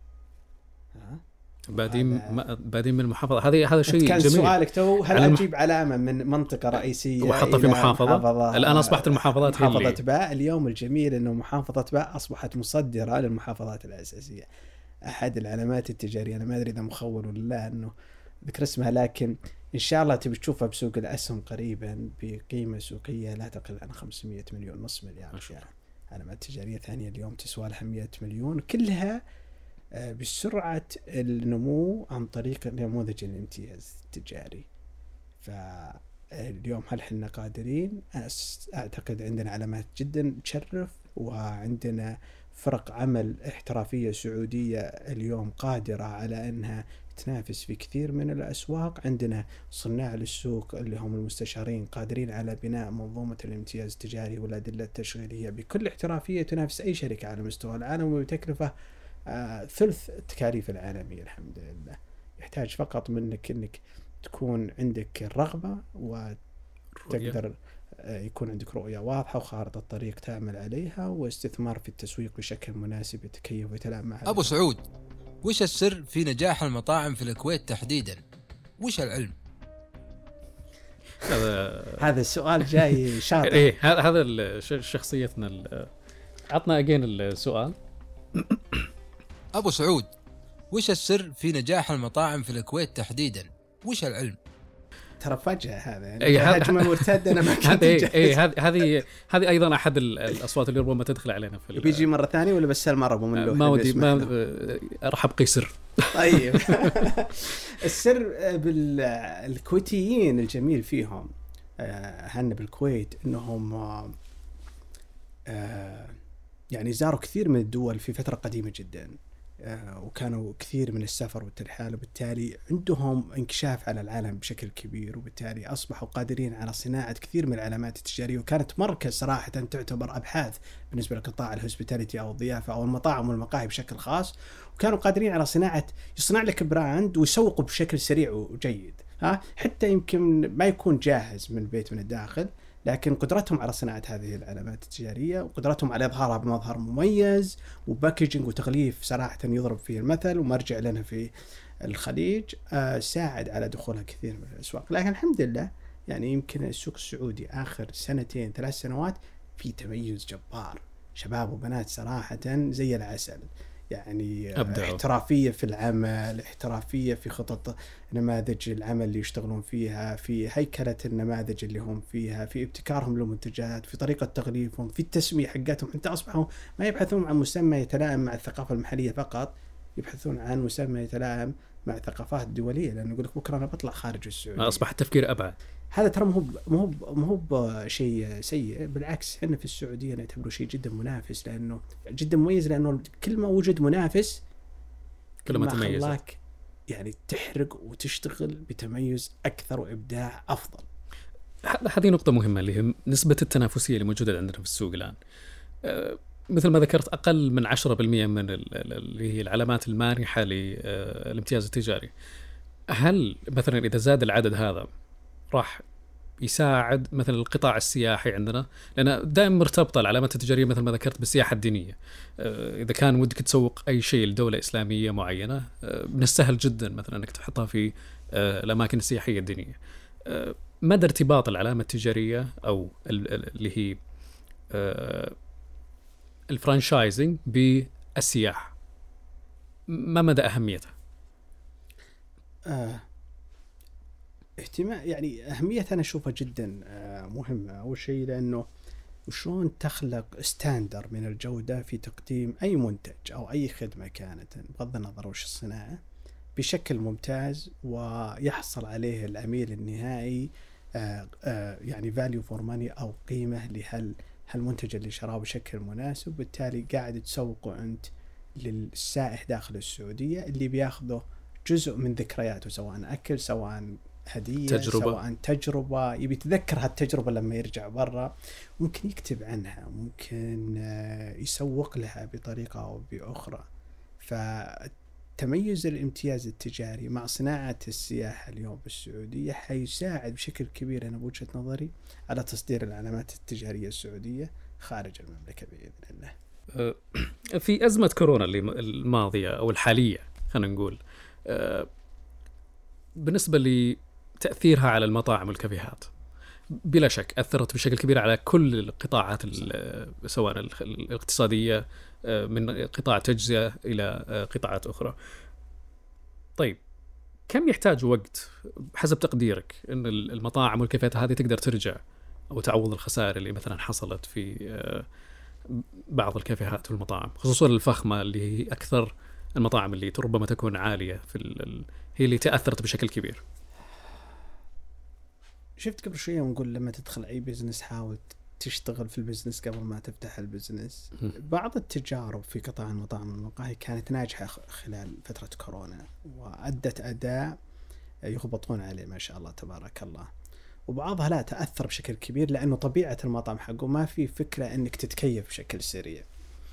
بادين من المحافظة. هذا شيء كان جميل. سؤالك تو هل أجيب علامة من منطقة رئيسية وحطها في محافظة؟ الآن أصبحت المحافظات محافظة باء. اليوم الجميل أنه محافظة باء أصبحت مصدرة للمحافظات الأساسية. أحد العلامات التجارية أنا ما أدري إذا مخول ولا لا أنه ذكر اسمها، لكن إن شاء الله تبي تشوفها بسوق الأسهم قريبا بقيمة سوقية لا تقل عن 500 مليون، نص مليار. يعني علامات تجارية ثانية اليوم تسوى لها 100 مليون، كلها بسرعة النمو عن طريق نموذج الامتياز التجاري. فاليوم هل حنا قادرين؟ أعتقد عندنا علامات جدا تشرف، وعندنا فرق عمل احترافية سعودية اليوم قادرة على أنها تنافس في كثير من الأسواق. عندنا صناع للسوق اللي هم المستشارين قادرين على بناء منظومة الامتياز التجاري والأدلة التشغيلية بكل احترافية تنافس أي شركة على مستوى العالم، وبتكلفة ثلث التكاليف العالمية. الحمد لله يحتاج فقط منك أنك تكون عندك الرغبة وتقدر يكون عندك رؤية واضحة وخارطة الطريق تعمل عليها، واستثمار في التسويق بشكل مناسب يتكيف ويتلائم مع. أبو سعود، وش السر في نجاح المطاعم في الكويت تحديدا؟ وش العلم؟ هذا السؤال جاي شاطر. إيه هذا شخصيتنا. عطنا أجين السؤال. أبو سعود، وش السر في نجاح المطاعم في الكويت تحديدا؟ وش العلم؟ ترى فجأة هذا يعني هجمة مرتدة. أنا ما كنت هذه أيضا أحد الأصوات اللي ربما تدخل علينا في بيجي مرة ثانية ولا بس المرة من ما ودي ما راح أبقي سر. طيب السر بالكويتيين الجميل فيهم هن بالكويت إنهم يعني زاروا كثير من الدول في فترة قديمة جدا، وكانوا كثير من السفر والترحال، وبالتالي عندهم انكشاف على العالم بشكل كبير، وبالتالي أصبحوا قادرين على صناعة كثير من العلامات التجارية، وكانت مركز صراحة تعتبر أبحاث بالنسبة لقطاع الهوسبيتاليتي أو الضيافة أو المطاعم والمقاهي بشكل خاص، وكانوا قادرين على يصنع لك براند ويسوقه بشكل سريع وجيد. حتى يمكن ما يكون جاهز من البيت من الداخل، لكن قدرتهم على صناعة هذه العلامات التجارية وقدرتهم على إظهارها بمظهر مميز وباكجينج وتغليف صراحة يضرب فيه المثل ومرجع لنا في الخليج، ساعد على دخولها كثير من الأسواق. لكن الحمد لله يعني يمكن السوق السعودي آخر 2-3 سنوات في تميز جبار، شباب وبنات صراحة زي العسل، يعني احترافية في العمل، احترافية في خطط نماذج العمل اللي يشتغلون فيها، في هيكلة النماذج اللي هم فيها، في ابتكارهم للمنتجات، في طريقة تغليفهم، في التسمية حقاتهم. حتى أصبحوا ما يبحثون عن مسمى يتلائم مع الثقافة المحلية فقط، يبحثون عن مسمى يتلائم مع الثقافات الدولية، لأنه يقول لك بكرة أنا بطلع خارج السعودية. أصبح التفكير أبعد. هذا ترى مو شيء سيء، بالعكس احنا في السعوديه نعتبره شيء جدا منافس، لانه جدا مميز، لانه كل ما وجد منافس كل ما تميز، خلاك يعني تحرق وتشتغل بتميز اكثر وابداع افضل. هذه نقطه مهمه اللي هي نسبه التنافسيه اللي موجوده عندنا في السوق الان. مثل ما ذكرت اقل من 10% من اللي هي العلامات المانحه للامتياز التجاري. هل مثلا اذا زاد العدد هذا راح يساعد مثلا القطاع السياحي عندنا؟ لأن دائما مرتبطة العلامات التجارية مثل ما ذكرت بالسياحة الدينية. إذا كان ودك تسوق أي شيء لدولة إسلامية معينة، من السهل جدا مثلا أنك تحطها في الأماكن السياحية الدينية. مدى ارتباط العلامة التجارية أو اللي هي الفرانشايزنج بالسياحة، ما مدى أهميتها؟ يعني أهمية أنا أشوفها جدا مهمة. أول شيء لأنه شلون تخلق ستاندر من الجودة في تقديم أي منتج أو أي خدمة كانت، بغض النظر وش الصناعة، بشكل ممتاز ويحصل عليه العميل النهائي يعني value for money أو قيمة لهالمنتج اللي شراه بشكل مناسب. بالتالي قاعد تسوقه أنت للسائح داخل السعودية اللي بياخذه جزء من ذكرياته، سواء أكل سواء هدية سواء تجربة، يبي يتذكر هالتجربة لما يرجع برا، ممكن يكتب عنها، ممكن يسوق لها بطريقة أو بأخرى. فتميز الامتياز التجاري مع صناعة السياحة اليوم بالسعودية حيساعد بشكل كبير أنا بوجهة نظري على تصدير العلامات التجارية السعودية خارج المملكة بإذن الله. في أزمة كورونا الماضية أو الحالية خلينا نقول، بالنسبة لتأثيرها على المطاعم والكافيهات، بلا شك أثرت بشكل كبير على كل القطاعات سواء الاقتصادية من قطاع تجزئة إلى قطاعات أخرى. طيب كم يحتاج وقت بحسب تقديرك أن المطاعم والكافيهات هذه تقدر ترجع أو تعوض الخسائر اللي مثلا حصلت في بعض الكافيهات والمطاعم، خصوصا الفخمة اللي هي أكثر المطاعم اللي ربما تكون عالية هي اللي تأثرت بشكل كبير؟ شفت قبل شوية ونقول لما تدخل أي بزنس حاول تشتغل في البزنس قبل ما تفتح البزنس. بعض التجارب في قطاع المطاعم والمقاهي كانت ناجحة خلال فترة كورونا وأدت أداء يغبطون عليه ما شاء الله تبارك الله، وبعضها لا تأثر بشكل كبير لأنه طبيعة المطعم حقه ما في فكرة أنك تتكيف بشكل سريع.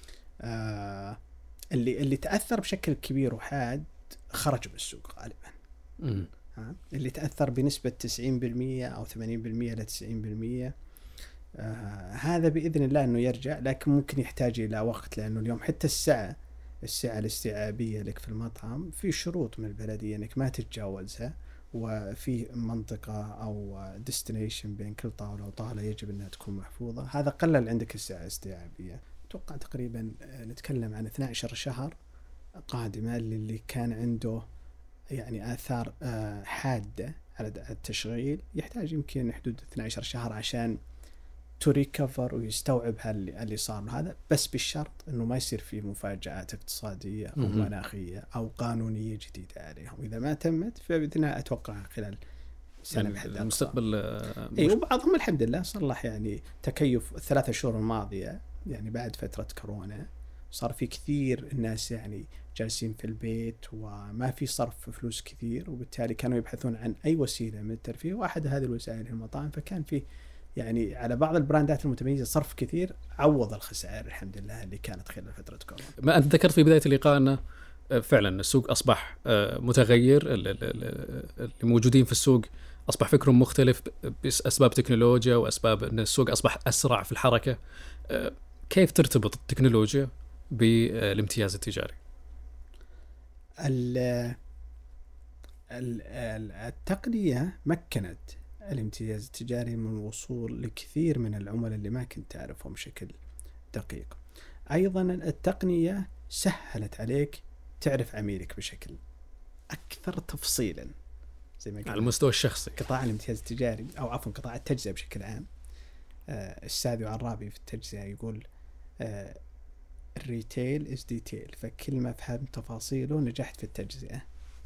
اللي تأثر بشكل كبير وحاد خرج من السوق غالبا. اللي تأثر بنسبة 90% أو 80% إلى 90%، هذا بإذن الله أنه يرجع، لكن ممكن يحتاج إلى وقت، لأنه اليوم حتى السعة الاستيعابية لك في المطعم في شروط من البلدية أنك ما تتجاوزها، وفي منطقة أو ديستنيشن بين كل طاولة وطاولة يجب أنها تكون محفوظة. هذا قلل عندك السعة الاستيعابية. أتوقع تقريبا نتكلم عن 12 شهر قادمة اللي كان عنده يعني آثار حادة على التشغيل، يحتاج يمكن حدود 12 شهر عشان تريكفر ويستوعب اللي صار له هذا، بس بالشرط أنه ما يصير فيه مفاجآت اقتصادية أو مناخية أو قانونية جديدة عليهم. إذا ما تمت فبإذنها أتوقع خلال سنة بحد المستقبل. وبعضهم الحمد لله صلح يعني تكيف 3 شهور الماضية، يعني بعد فترة كورونا صار في كثير الناس يعني جالسين في البيت وما في صرف فلوس كثير، وبالتالي كانوا يبحثون عن أي وسيلة من الترفيه، وأحد هذه الوسائل هي المطاعم. فكان في يعني على بعض البراندات المتميزة صرف كثير عوض الخسائر الحمد لله اللي كانت خلال فترة كورونا. ما أنت ذكرت في بداية اللقاء أن فعلا السوق أصبح متغير، اللي موجودين في السوق أصبح فكرهم مختلف بأسباب تكنولوجيا وأسباب أن السوق أصبح أسرع في الحركة. كيف ترتبط التكنولوجيا بالامتياز التجاري؟ التقنية مكنت الامتياز التجاري من الوصول لكثير من العملاء اللي ما كنت تعرفهم بشكل دقيق. أيضا التقنية سهلت عليك تعرف عميلك بشكل أكثر تفصيلا، زي ما على المستوى الشخصي. قطاع الامتياز التجاري أو عفوا قطاع التجزئة بشكل عام، السادي عرابي في التجزئة يقول الريتيل is detail، فكل ما فهمت تفاصيله نجحت في التجزئة.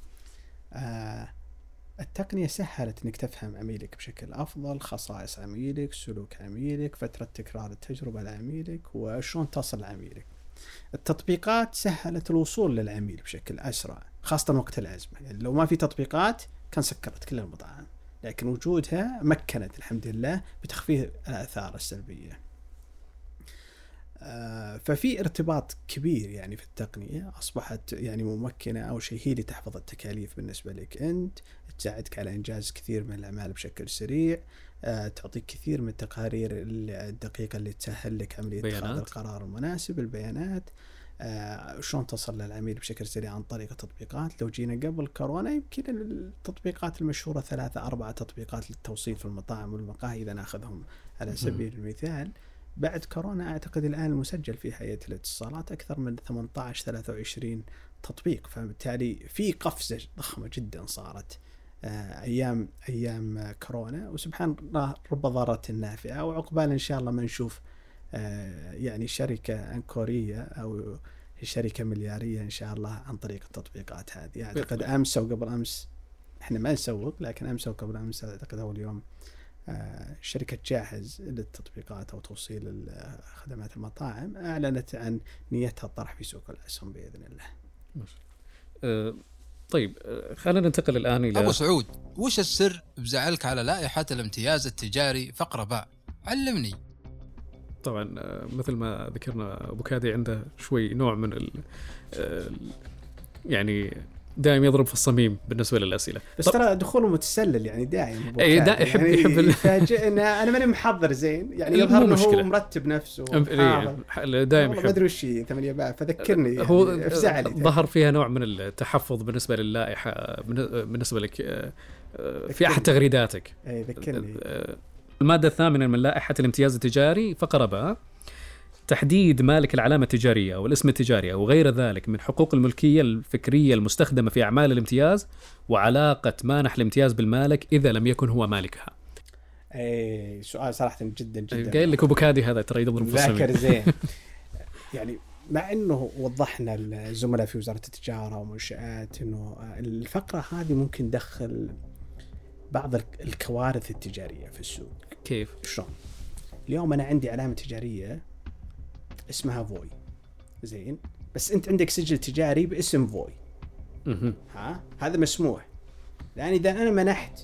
التقنية سهلت انك تفهم عميلك بشكل افضل، خصائص عميلك، سلوك عميلك، فترة تكرار التجربة لعميلك، وشون تصل لعميلك. التطبيقات سهلت الوصول للعميل بشكل اسرع، خاصة وقت الازمة. يعني لو ما في تطبيقات كان سكرت كل المطاعم، لكن وجودها مكنت الحمد لله بتخفيف الاثار السلبية. ففي ارتباط كبير يعني في التقنية، أصبحت يعني ممكنة. أو شيء هي اللي تحفظ التكاليف بالنسبة لك أنت، تساعدك على إنجاز كثير من الأعمال بشكل سريع، تعطيك كثير من التقارير الدقيقة اللي تسهل لك عملية اتخاذ القرار المناسب، البيانات، شلون تصل للعميل بشكل سريع عن طريق التطبيقات. لو جينا قبل كورونا يمكن التطبيقات المشهورة 3-4 تطبيقات للتوصيل في المطاعم والمقاهي إذا ناخذهم على سبيل المثال. بعد كورونا أعتقد الآن المسجل في هيئة الاتصالات أكثر من 18-23 تطبيق، فبالتالي في قفزة ضخمة جدا صارت أيام كورونا. وسبحان الله رب ضارة نافعة، وعقبال إن شاء الله ما نشوف يعني شركة أنكورية أو شركة مليارية إن شاء الله عن طريق التطبيقات هذه. أعتقد أمس أو قبل أمس، إحنا ما نسوق، لكن أمس أو قبل أمس أعتقد أول يوم شركة جاهز للتطبيقات أو توصيل خدمات المطاعم أعلنت عن نيتها الطرح في سوق الأسهم بإذن الله. طيب خلينا ننتقل الآن إلى أبو سعود، وش السر بزعلك على لائحة الامتياز التجاري فقرة باء؟ علمني. طبعا مثل ما ذكرنا أبو كادي عنده شوي نوع من يعني دائما يضرب في الصميم بالنسبة للأسئلة. بس ترى دخوله متسلل يعني دائما يحب يفاجئنا. أنا ماني محضر زين يعني، يظهر انه هو مرتب نفسه دائما ما ادري وش 8 باء، فذكرني يعني هو ظهر فيها نوع من التحفظ بالنسبة للائحة بالنسبة لك في أحد تغريداتك. ذكرني. المادة 8 من لائحة الامتياز التجاري فقرة باء: تحديد مالك العلامة التجارية والاسم التجاري أو غير ذلك من حقوق الملكية الفكرية المستخدمة في أعمال الامتياز، وعلاقة مانح الامتياز بالمالك إذا لم يكن هو مالكها. سؤال صراحة جدا قايل لك أبو كادي هذا ترى يضرب في الصميم. ذاكر زين. يعني مع أنه وضحنا الزملاء في وزارة التجارة ومنشآت أنه الفقرة هذه ممكن تدخل بعض الكوارث التجارية في السوق. كيف؟ شلون؟ اليوم أنا عندي علامة تجارية اسمها فوي، زين، بس أنت عندك سجل تجاري باسم فوي. هذا مسموح، لأن إذا أنا منحت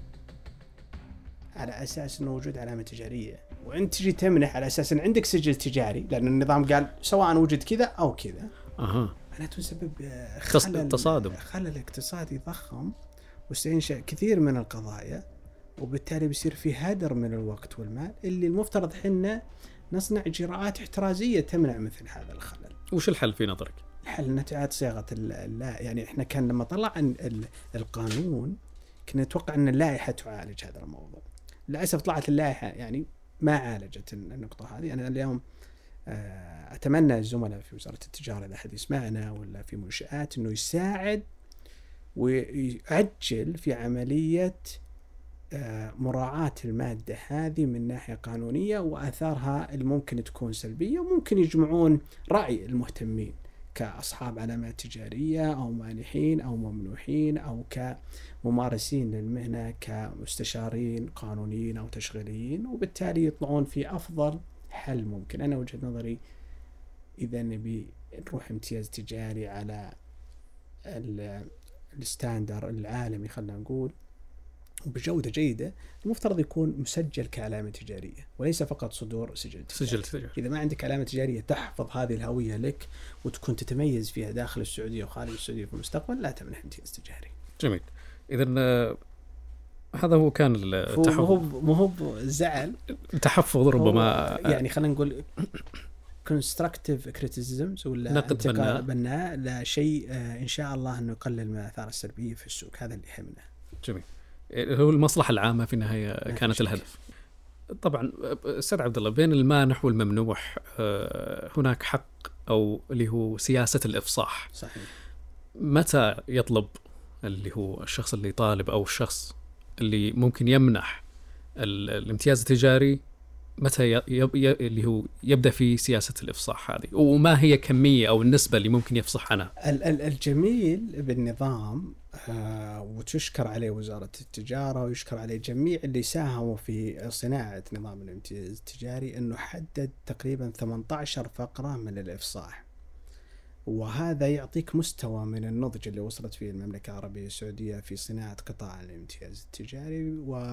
على أساس أنه وجود علامة تجارية وأنت تجي تمنح على أساس أن عندك سجل تجاري، لأن النظام قال سواء وجد كذا أو كذا، أنا تسبب خلل اقتصادي ضخم، وسينشأ كثير من القضايا، وبالتالي بيصير في هدر من الوقت والمال اللي المفترض حنا نصنع إجراءات احترازية تمنع مثل هذا الخلل. وش الحل في نظرك؟ الحل نتعاد صياغة يعني إحنا كان لما طلع عن القانون كنا نتوقع أن اللائحة تعالج هذا الموضوع. للأسف طلعت اللائحة يعني ما عالجت النقطة هذه. أنا اليوم أتمنى الزملاء في وزارة التجارة إذا أحد يسمعنا ولا في منشآت إنه يساعد ويعجل في عملية مراعاة المادة هذه من ناحية قانونية وآثارها الممكن تكون سلبية، وممكن يجمعون رأي المهتمين كأصحاب علامات تجارية أو مانحين أو ممنوحين أو كممارسين للمهنة كمستشارين قانونيين أو تشغيليين، وبالتالي يطلعون في أفضل حل ممكن. أنا وجهة نظري إذا نبي نروح امتياز تجاري على الستاندر العالمي خلنا نقول، وبجودة جيدة المفترض يكون مسجل كعلامة تجارية وليس فقط صدور سجل تجاري. إذا ما عندك علامة تجارية تحفظ هذه الهوية لك وتكون تتميز فيها داخل السعودية وخارج السعودية في المستقبل لا تمنح امتياز تجاري. جميل. إذن هذا هو كان التحفظ، مو زعل تحفظ ربما يعني خلينا نقول constructive criticisms ولا نقد بناء لا شيء إن شاء الله إنه يقلل من الآثار السلبية في السوق. هذا اللي يهمنا. جميل. هو المصلحة العامة في النهاية كانت الهدف. طبعا أستاذ عبد الله، بين المانح والممنوح هناك حق أو اللي هو سياسة الإفصاح. صحيح. متى يطلب اللي هو الشخص اللي طالب أو الشخص اللي ممكن يمنح الامتياز التجاري متى اللي هو يبدأ في سياسة الإفصاح هذه، وما هي كمية أو النسبة اللي ممكن يفصح عنها؟ الجميل بالنظام وتشكر عليه وزارة التجارة ويشكر عليه جميع اللي ساهموا في صناعة نظام الامتياز التجاري أنه حدد تقريبا 18 فقرة من الإفصاح، وهذا يعطيك مستوى من النضج اللي وصلت فيه المملكة العربية السعودية في صناعة قطاع الامتياز التجاري.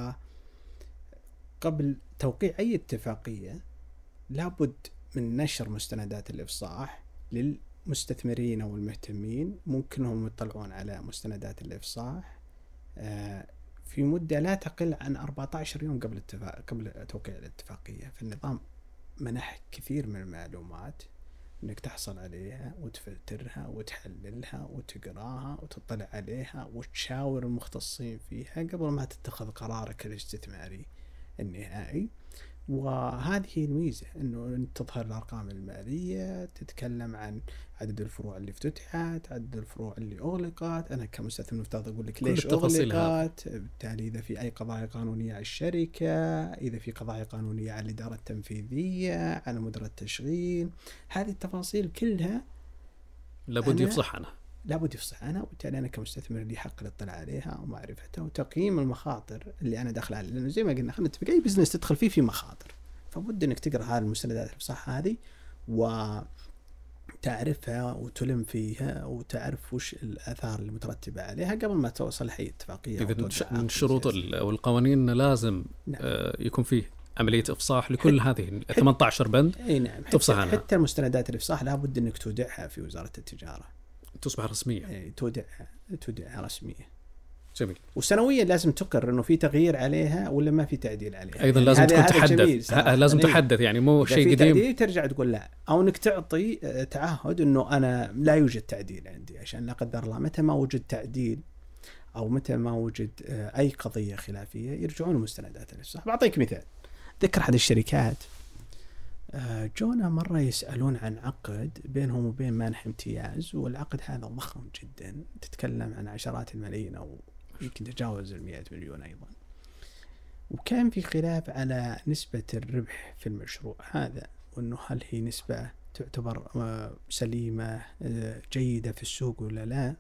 وقبل توقيع أي اتفاقية لابد من نشر مستندات الإفصاح للمستثمرين أو المهتمين، ممكنهم يطلعون على مستندات الإفصاح في مدة لا تقل عن 14 يوم قبل توقيع الاتفاقية. فالنظام منح كثير من المعلومات انك تحصل عليها وتفلترها وتحللها وتقراها وتطلع عليها وتشاور المختصين فيها قبل ما تتخذ قرارك الاستثماري النهائي. وهذه الميزة انه تظهر الارقام المالية، تتكلم عن عدد الفروع اللي افتتحت، عدد الفروع اللي اغلقت، انا كمستثمر مفترض اقول لك ليش اغلقت، بالتالي اذا في اي قضايا قانونية على الشركة، اذا في قضايا قانونية على الادارة التنفيذية، على مدير التشغيل، هذه التفاصيل كلها لابد يفصح عنها. لابد يفصح عنها، وبالتالي انا كمستثمر لي حق الاطلاع عليها ومعرفتها وتقييم المخاطر اللي انا داخل عليها، لانه زي ما قلنا خلينا نتفق اي بزنس تدخل فيه في مخاطر، فبد انك تقرا هذه المستندات الافصاح هذه وتعرفها وتلم فيها وتعرف وش الاثار المترتبه عليها قبل ما توصل اي اتفاقيه. اذا من الشروط او القوانين لازم يكون فيه عمليه افصاح لكل هذه 18 بند. اي نعم، تفصح عنها. حتى المستندات الافصاح لابد انك تودعها في وزاره التجاره، تصبح رسمية. تودعها رسمية. جميل. وسنويا لازم تقرر إنه في تغيير عليها ولا ما في تعديل عليها. أيضا يعني لازم تكون تحدث، لازم تحدث يعني مو شيء قديم ترجع تقول لا، أو إنك تعطي تعهد إنه أنا لا يوجد تعديل عندي، عشان لا قدر الله متى ما وجد تعديل أو متى ما وجد أي قضية خلافية يرجعون المستندات الإفصاح. بعطيك مثال، ذكر أحد الشركات جونا مرة يسألون عن عقد بينهم وبين مانح امتياز، والعقد هذا ضخم جدا، تتكلم عن عشرات الملايين أو يمكن تجاوز 100 مليون أيضا، وكان في خلاف على نسبة الربح في المشروع هذا، وأنه هل هي نسبة تعتبر سليمة جيدة في السوق ولا لا.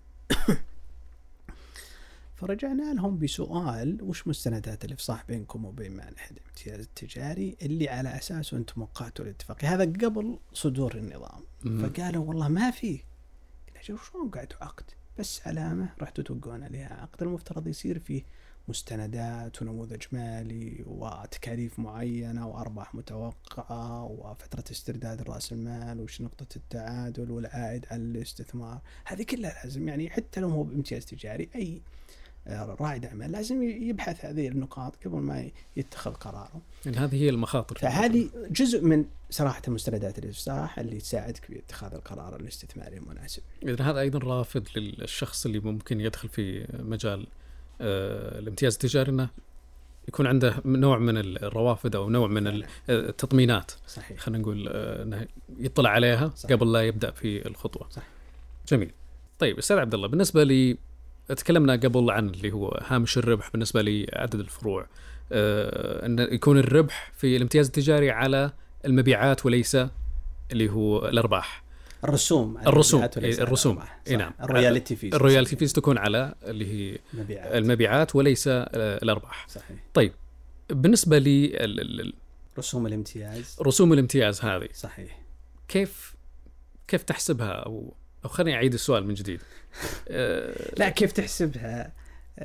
فرجعنا لهم بسؤال وش مستندات الإفصاح بينكم وبين مانح الامتياز التجاري اللي على أساسه أنتم وقعتوا الاتفاقية، هذا قبل صدور النظام. فقالوا والله ما فيه. قلنا شلون قعدوا عقد بس علامة رحتوا توقعون عليها عقد؟ المفترض يصير فيه مستندات ونموذج مالي وتكاليف معينة وأرباح متوقعة وفترة استرداد رأس المال وش نقطة التعادل والعائد على الاستثمار، هذه كلها لازم، يعني حتى لو هو بامتياز تجاري أي رائد أعمال لازم يبحث هذه النقاط قبل ما يتخذ قراره. يعني هذه هي المخاطر. فهذه جزء من صراحة مستندات الإفصاح اللي تساعدك في اتخاذ القرار الاستثماري المناسب. إذن هذا أيضا رافض للشخص اللي ممكن يدخل في مجال الامتياز التجاري أنه يكون عنده نوع من الروافد أو نوع من التطمينات. صحيح. خلينا نقول أنه يطلع عليها. صحيح. قبل لا يبدأ في الخطوة. صحيح. جميل. طيب أستاذ عبد الله، بالنسبة لي تكلمنا قبل عن اللي هو هامش الربح بالنسبة لعدد الفروع، أن يكون الربح في الامتياز التجاري على المبيعات وليس اللي هو الأرباح. الرسوم. نعم. الرويالتي فيز تكون على اللي هي المبيعات وليس الأرباح. صحيح. طيب بالنسبة لي رسوم الامتياز هذه. صحيح. كيف تحسبها أو خليني أعيد السؤال من جديد. لا، كيف تحسبها؟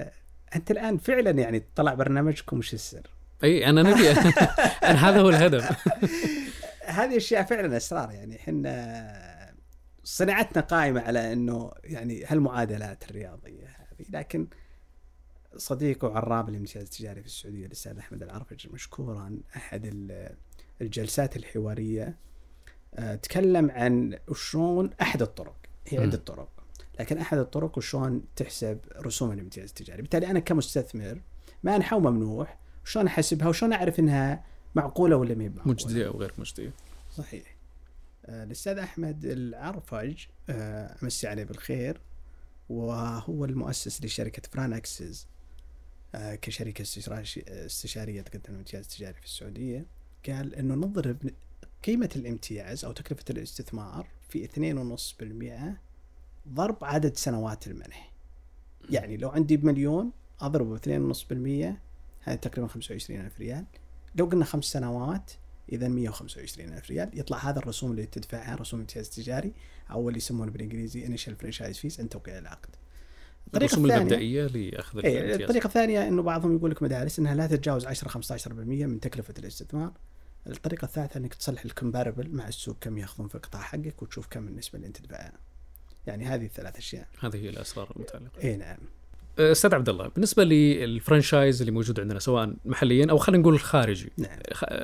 انت الان فعلا يعني طلع برنامجكم وش السر؟ اي انا نبي أنا هذا هو الهدف. هذه اشياء فعلا اسرار، يعني احنا صناعتنا قائمه على انه يعني هالمعادلات الرياضيه هذه. لكن صديق وعراب الامتياز التجاري في السعوديه الاستاذ احمد العرفج مشكورا، احد الجلسات الحواريه تكلم عن شلون احد الطرق، هي عده طرق، لكن احد الطرق وشلون تحسب رسوم الامتياز التجاري. بالتالي انا كمستثمر مانحه وممنوح، شلون احسبها وشلون اعرف انها معقوله ولا ما هي معقوله، مجديه او غير مجديه. صحيح. الاستاذ احمد العرفج امسي عليه بالخير، وهو المؤسس لشركه فران اكسس كشركه استشاريه تقدم الامتياز التجاري في السعوديه. قال انه نضرب قيمه الامتياز او تكلفه الاستثمار في 2.5% ضرب عدد سنوات المنح. يعني لو عندي بمليون أضربه 2.5%، هذا تقريبا 25,000 ريال. لو قلنا 5 سنوات إذا 125,000 ريال. يطلع هذا الرسوم اللي تدفعها رسوم امتياز تجاري، أو اللي يسمونه بالإنجليزي Initial Franchise Fees، أن توقيع العقد. الرسوم المبدئية لأخذ الامتياز. الطريقة الثانية أنه بعضهم يقول لك مدارس أنها لا تتجاوز 10-15% من تكلفة الاستثمار. الطريقة الثالثة أنك تصلح الكمباربل مع السوق كم يأخذون في القطاع حقك وتشوف كم النسبة اللي أنت تدفعها. يعني هذه الثلاث أشياء، هذه هي الأسرار المتعلقة. إيه نعم. أستاذ عبد الله، بالنسبة للفرانشايز اللي موجود عندنا سواء محليا أو خلينا نقول الخارجي، نعم.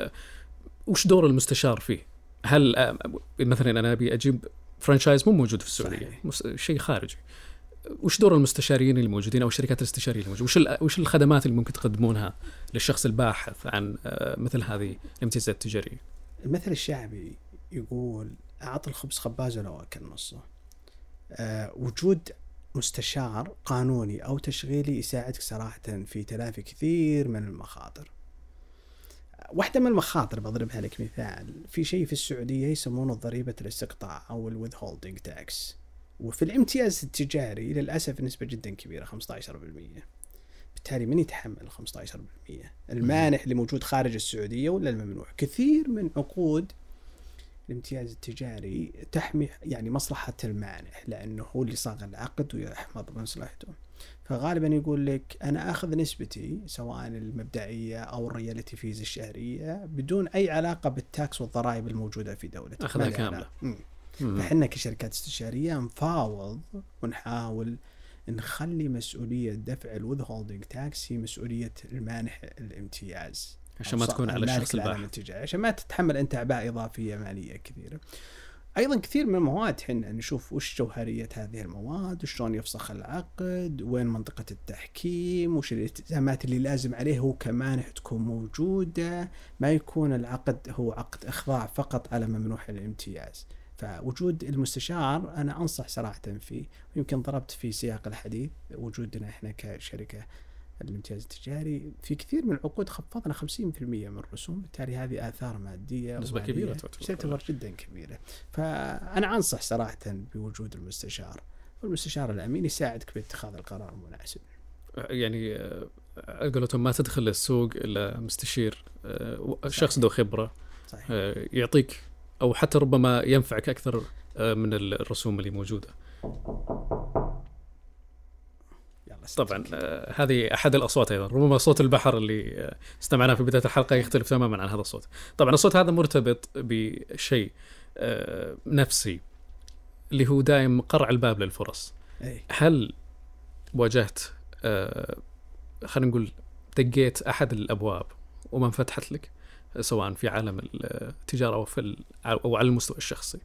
وش دور المستشار فيه؟ هل مثلا أنا أبي أجيب فرانشايز مو موجود في السعودية، شيء خارجي، وش دور المستشارين اللي موجودين أو الشركات الاستشارية اللي موجودة؟ وش الخدمات اللي ممكن تقدمونها للشخص الباحث عن مثل هذه الامتيازات التجارية؟ المثل الشعبي يقول أعط الخبز خبازه لو أكل نصه. وجود مستشار قانوني أو تشغيلي يساعدك صراحة في تلافي كثير من المخاطر. واحدة من المخاطر بضربها لك مثال، في شيء في السعودية يسمونه ضريبة الاستقطاع أو withholding tax، وفي الامتياز التجاري للأسف نسبة جدا كبيرة 15%. بالتالي من يتحمل 15%؟ المانح اللي موجود خارج السعودية ولا الممنوع؟ كثير من عقود الامتياز التجاري تحمي يعني مصلحة المانح، لأنه هو اللي صاغ العقد ويحفظ مصلحته. فغالبا يقول لك أنا أخذ نسبتي سواء المبدئية أو الريالتي فيز الشهرية بدون أي علاقة بالتاكس والضرائب الموجودة في دولتي، أخذها كاملة. فإحنا كشركات استشارية نفاوض ونحاول نخلي مسؤولية دفع الوذهولدينج تاكس هي مسؤولية المانح الامتياز، عشان ما تكون على الشخص الباحث، عشان ما تتحمل أنت أعباء إضافية مالية كثيرة. أيضا كثير من المواد حنا نشوف وش جوهرية هذه المواد، وشلون يفسخ العقد، وين منطقة التحكيم، وش الالتزامات اللي لازم عليه هو كمانح تكون موجودة، ما يكون العقد هو عقد إخضاع فقط على ممنوح الامتياز. فوجود المستشار أنا أنصح صراحة فيه، ويمكن ضربت في سياق الحديث وجودنا إحنا كشركة الامتياز التجاري في كثير من العقود خفضنا 50% من الرسوم. بالتالي هذه آثار مادية نسبة كبيرة تعتبر جدا كبيرة. فأنا أنصح صراحة بوجود المستشار، والمستشار الأمين يساعدك باتخاذ القرار المناسب. يعني قلتهم ما تدخل السوق إلا مستشير، شخص ذو خبرة. صحيح. يعطيك أو حتى ربما ينفعك أكثر من الرسوم اللي موجودة. طبعا هذه أحد الأصوات أيضا، ربما صوت البحر اللي استمعناه في بداية الحلقة يختلف تماما عن هذا الصوت. طبعا الصوت هذا مرتبط بشيء نفسي اللي هو دائم قرع الباب للفرص. هل واجهت خلينا نقول دقيت أحد الأبواب وما انفتحت لك، سواء في عالم التجارة أو على المستوى الشخصي؟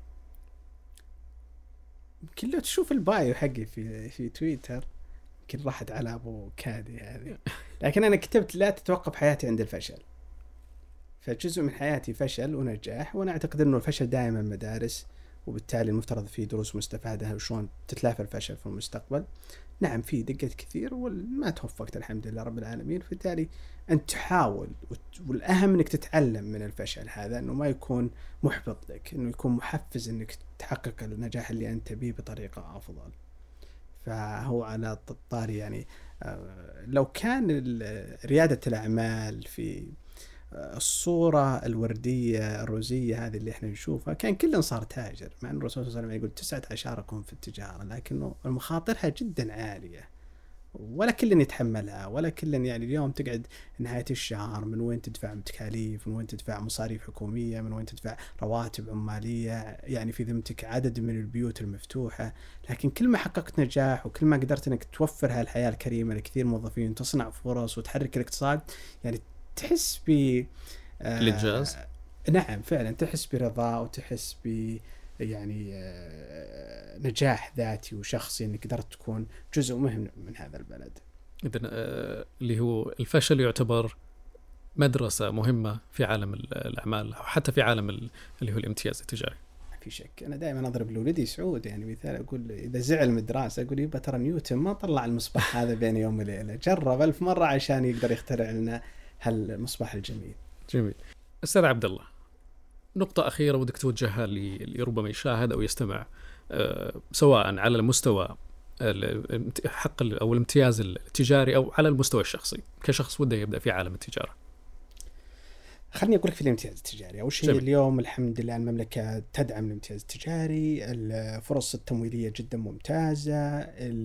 يمكن لو تشوف البايو حقي في تويتر يمكن راحت على أبو كادي هذه، لكن أنا كتبت لا تتوقف حياتي عند الفشل. فجزء من حياتي فشل ونجاح، وأنا أعتقد أنه الفشل دائما مدارس، وبالتالي المفترض فيه دروس مستفادة وشون تتلافى الفشل في المستقبل. نعم في دقات كثير وما توفقت الحمد لله رب العالمين، فبالتالي أنت تحاول، والأهم أنك تتعلم من الفشل هذا، أنه ما يكون محبط لك، أنه يكون محفز أنك تحقق النجاح اللي أنت بيه بطريقة أفضل. فهو على الطاري يعني لو كان ريادة الأعمال في الصورة الوردية الروزية هذه اللي احنا نشوفها كان كلنا صار تاجر، مع أن الرسول صلى الله عليه وسلم يقول 9 عشركم في التجارة، لكنه المخاطرها جدا عالية ولا كل يتحملها، ولا كل يعني اليوم تقعد نهاية الشهر من وين تدفع تكاليف، من وين تدفع مصاريف حكومية، من وين تدفع رواتب عمالية، يعني في ذمتك عدد من البيوت المفتوحة. لكن كل ما حققت نجاح وكل ما قدرت انك توفر هالحياة الكريمة لكثير موظفين، تصنع فرص وتحرك الاقتصاد، يعني تحس ب الإنجاز. نعم فعلا تحس برضا وتحس ب يعني نجاح ذاتي وشخصي انك قدرت تكون جزء مهم من هذا البلد. إذن اللي هو الفشل يعتبر مدرسة مهمة في عالم الأعمال، حتى في عالم اللي هو الامتياز التجاري. ما في شك. أنا دائما أضرب لولدي سعود يعني مثال، أقول إذا زعل من الدراسة أقول يبا ترى نيوتن ما طلع المصباح هذا بين يوم وليلة، جرب 1000 مرة عشان يقدر يخترع لنا هالمصباح الجميل. جميل. أستاذ عبد الله، نقطة أخيرة ودك توجهها اللي ربما يشاهد أو يستمع، سواء على المستوى حق أو الامتياز التجاري أو على المستوى الشخصي كشخص وده يبدأ في عالم التجارة. خلني أقول لك في الامتياز التجاري. أول شيء اليوم الحمد لله المملكة تدعم الامتياز التجاري، الفرص التمويلية جدا ممتازة،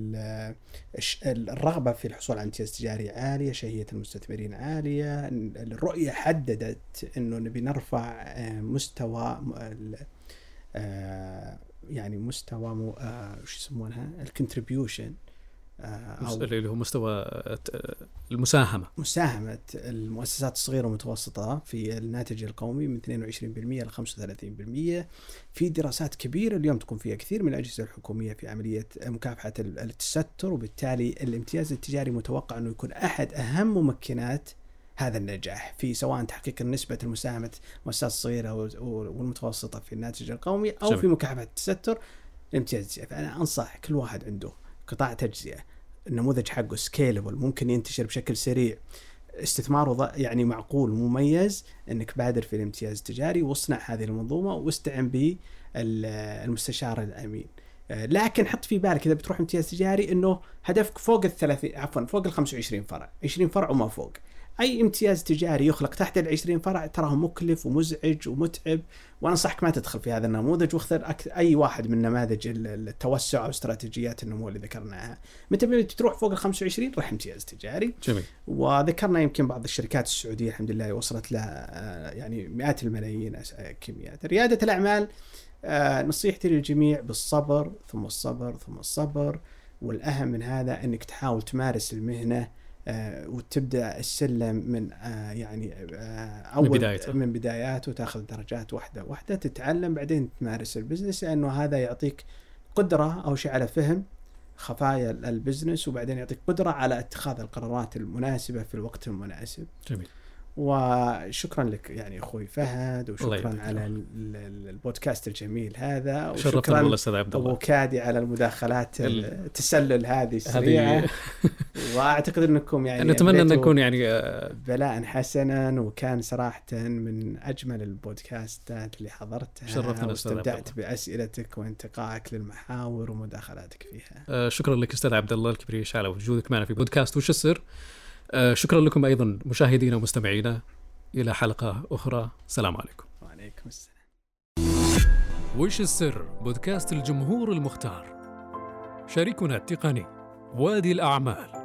الرغبة في الحصول على امتياز تجاري عالية، شهية المستثمرين عالية، الرؤية حددت إنه نبي نرفع مستوى يعني مستوى وش يسمونها الكونتريبيوشن، اللي هو مستوى مساهمة المؤسسات الصغيرة والمتوسطة في الناتج القومي من 22% إلى 35%. في دراسات كبيرة اليوم تكون فيها كثير من الأجهزة الحكومية في عملية مكافحة التستر، وبالتالي الامتياز التجاري متوقع أنه يكون أحد أهم ممكنات هذا النجاح في سواء تحقيق نسبة المساهمة المؤسسات الصغيرة والمتوسطة في الناتج القومي أو في مكافحة التستر. الامتياز التجاري فأنا أنصح كل واحد عنده قطاع تجزئة النموذج حقه سكيلبل ممكن ينتشر بشكل سريع، استثماره يعني معقول ومميز، انك بادر في الامتياز التجاري واصنع هذه المنظومة واستعن بالمستشار الأمين. لكن حط في بالك إذا بتروح امتياز تجاري انه هدفك فوق 25 فرع، 20 فرع وما فوق. أي امتياز تجاري يخلق تحت 20 فرع تراه مكلف ومزعج ومتعب، وأنصحك ما تدخل في هذا النموذج واختر أي واحد من نماذج التوسع أو استراتيجيات النمو اللي ذكرناها. متى بتروح فوق 25 راح امتياز تجاري. جميل. وذكرنا يمكن بعض الشركات السعودية الحمد لله وصلت لها يعني مئات الملايين كميات. ريادة الأعمال نصيحتي للجميع بالصبر ثم الصبر ثم الصبر، والأهم من هذا أنك تحاول تمارس المهنة وتبدأ السلم من يعني أول من بداياته، تأخذ درجات واحدة واحدة، تتعلم بعدين تمارس البزنس، لأنه هذا يعطيك قدرة أو شيء على فهم خفايا البزنس، وبعدين يعطيك قدرة على اتخاذ القرارات المناسبة في الوقت المناسب. جميل. وشكرا لك يعني أخوي فهد، وشكرا على البودكاست الجميل هذا، وشكرا أبو كادي على المداخلات التسلل هذه السريعة. وأعتقد أنكم يعني نتمنى أن نكون يعني بلاء حسنا، وكان صراحة من أجمل البودكاستات اللي حضرتها. شرفتنا واستمتعت بأسئلتك وانتقائك للمحاور ومداخلاتك فيها. شكرا لك أستاذ عبد الله الكبريش على وجودك معنا في بودكاست وش السر. شكرا لكم أيضا مشاهدينا ومستمعينا، إلى حلقة أخرى، السلام عليكم. وعليكم السلام. وش السر، بودكاست الجمهور المختار. شريكنا التقني وادي الأعمال.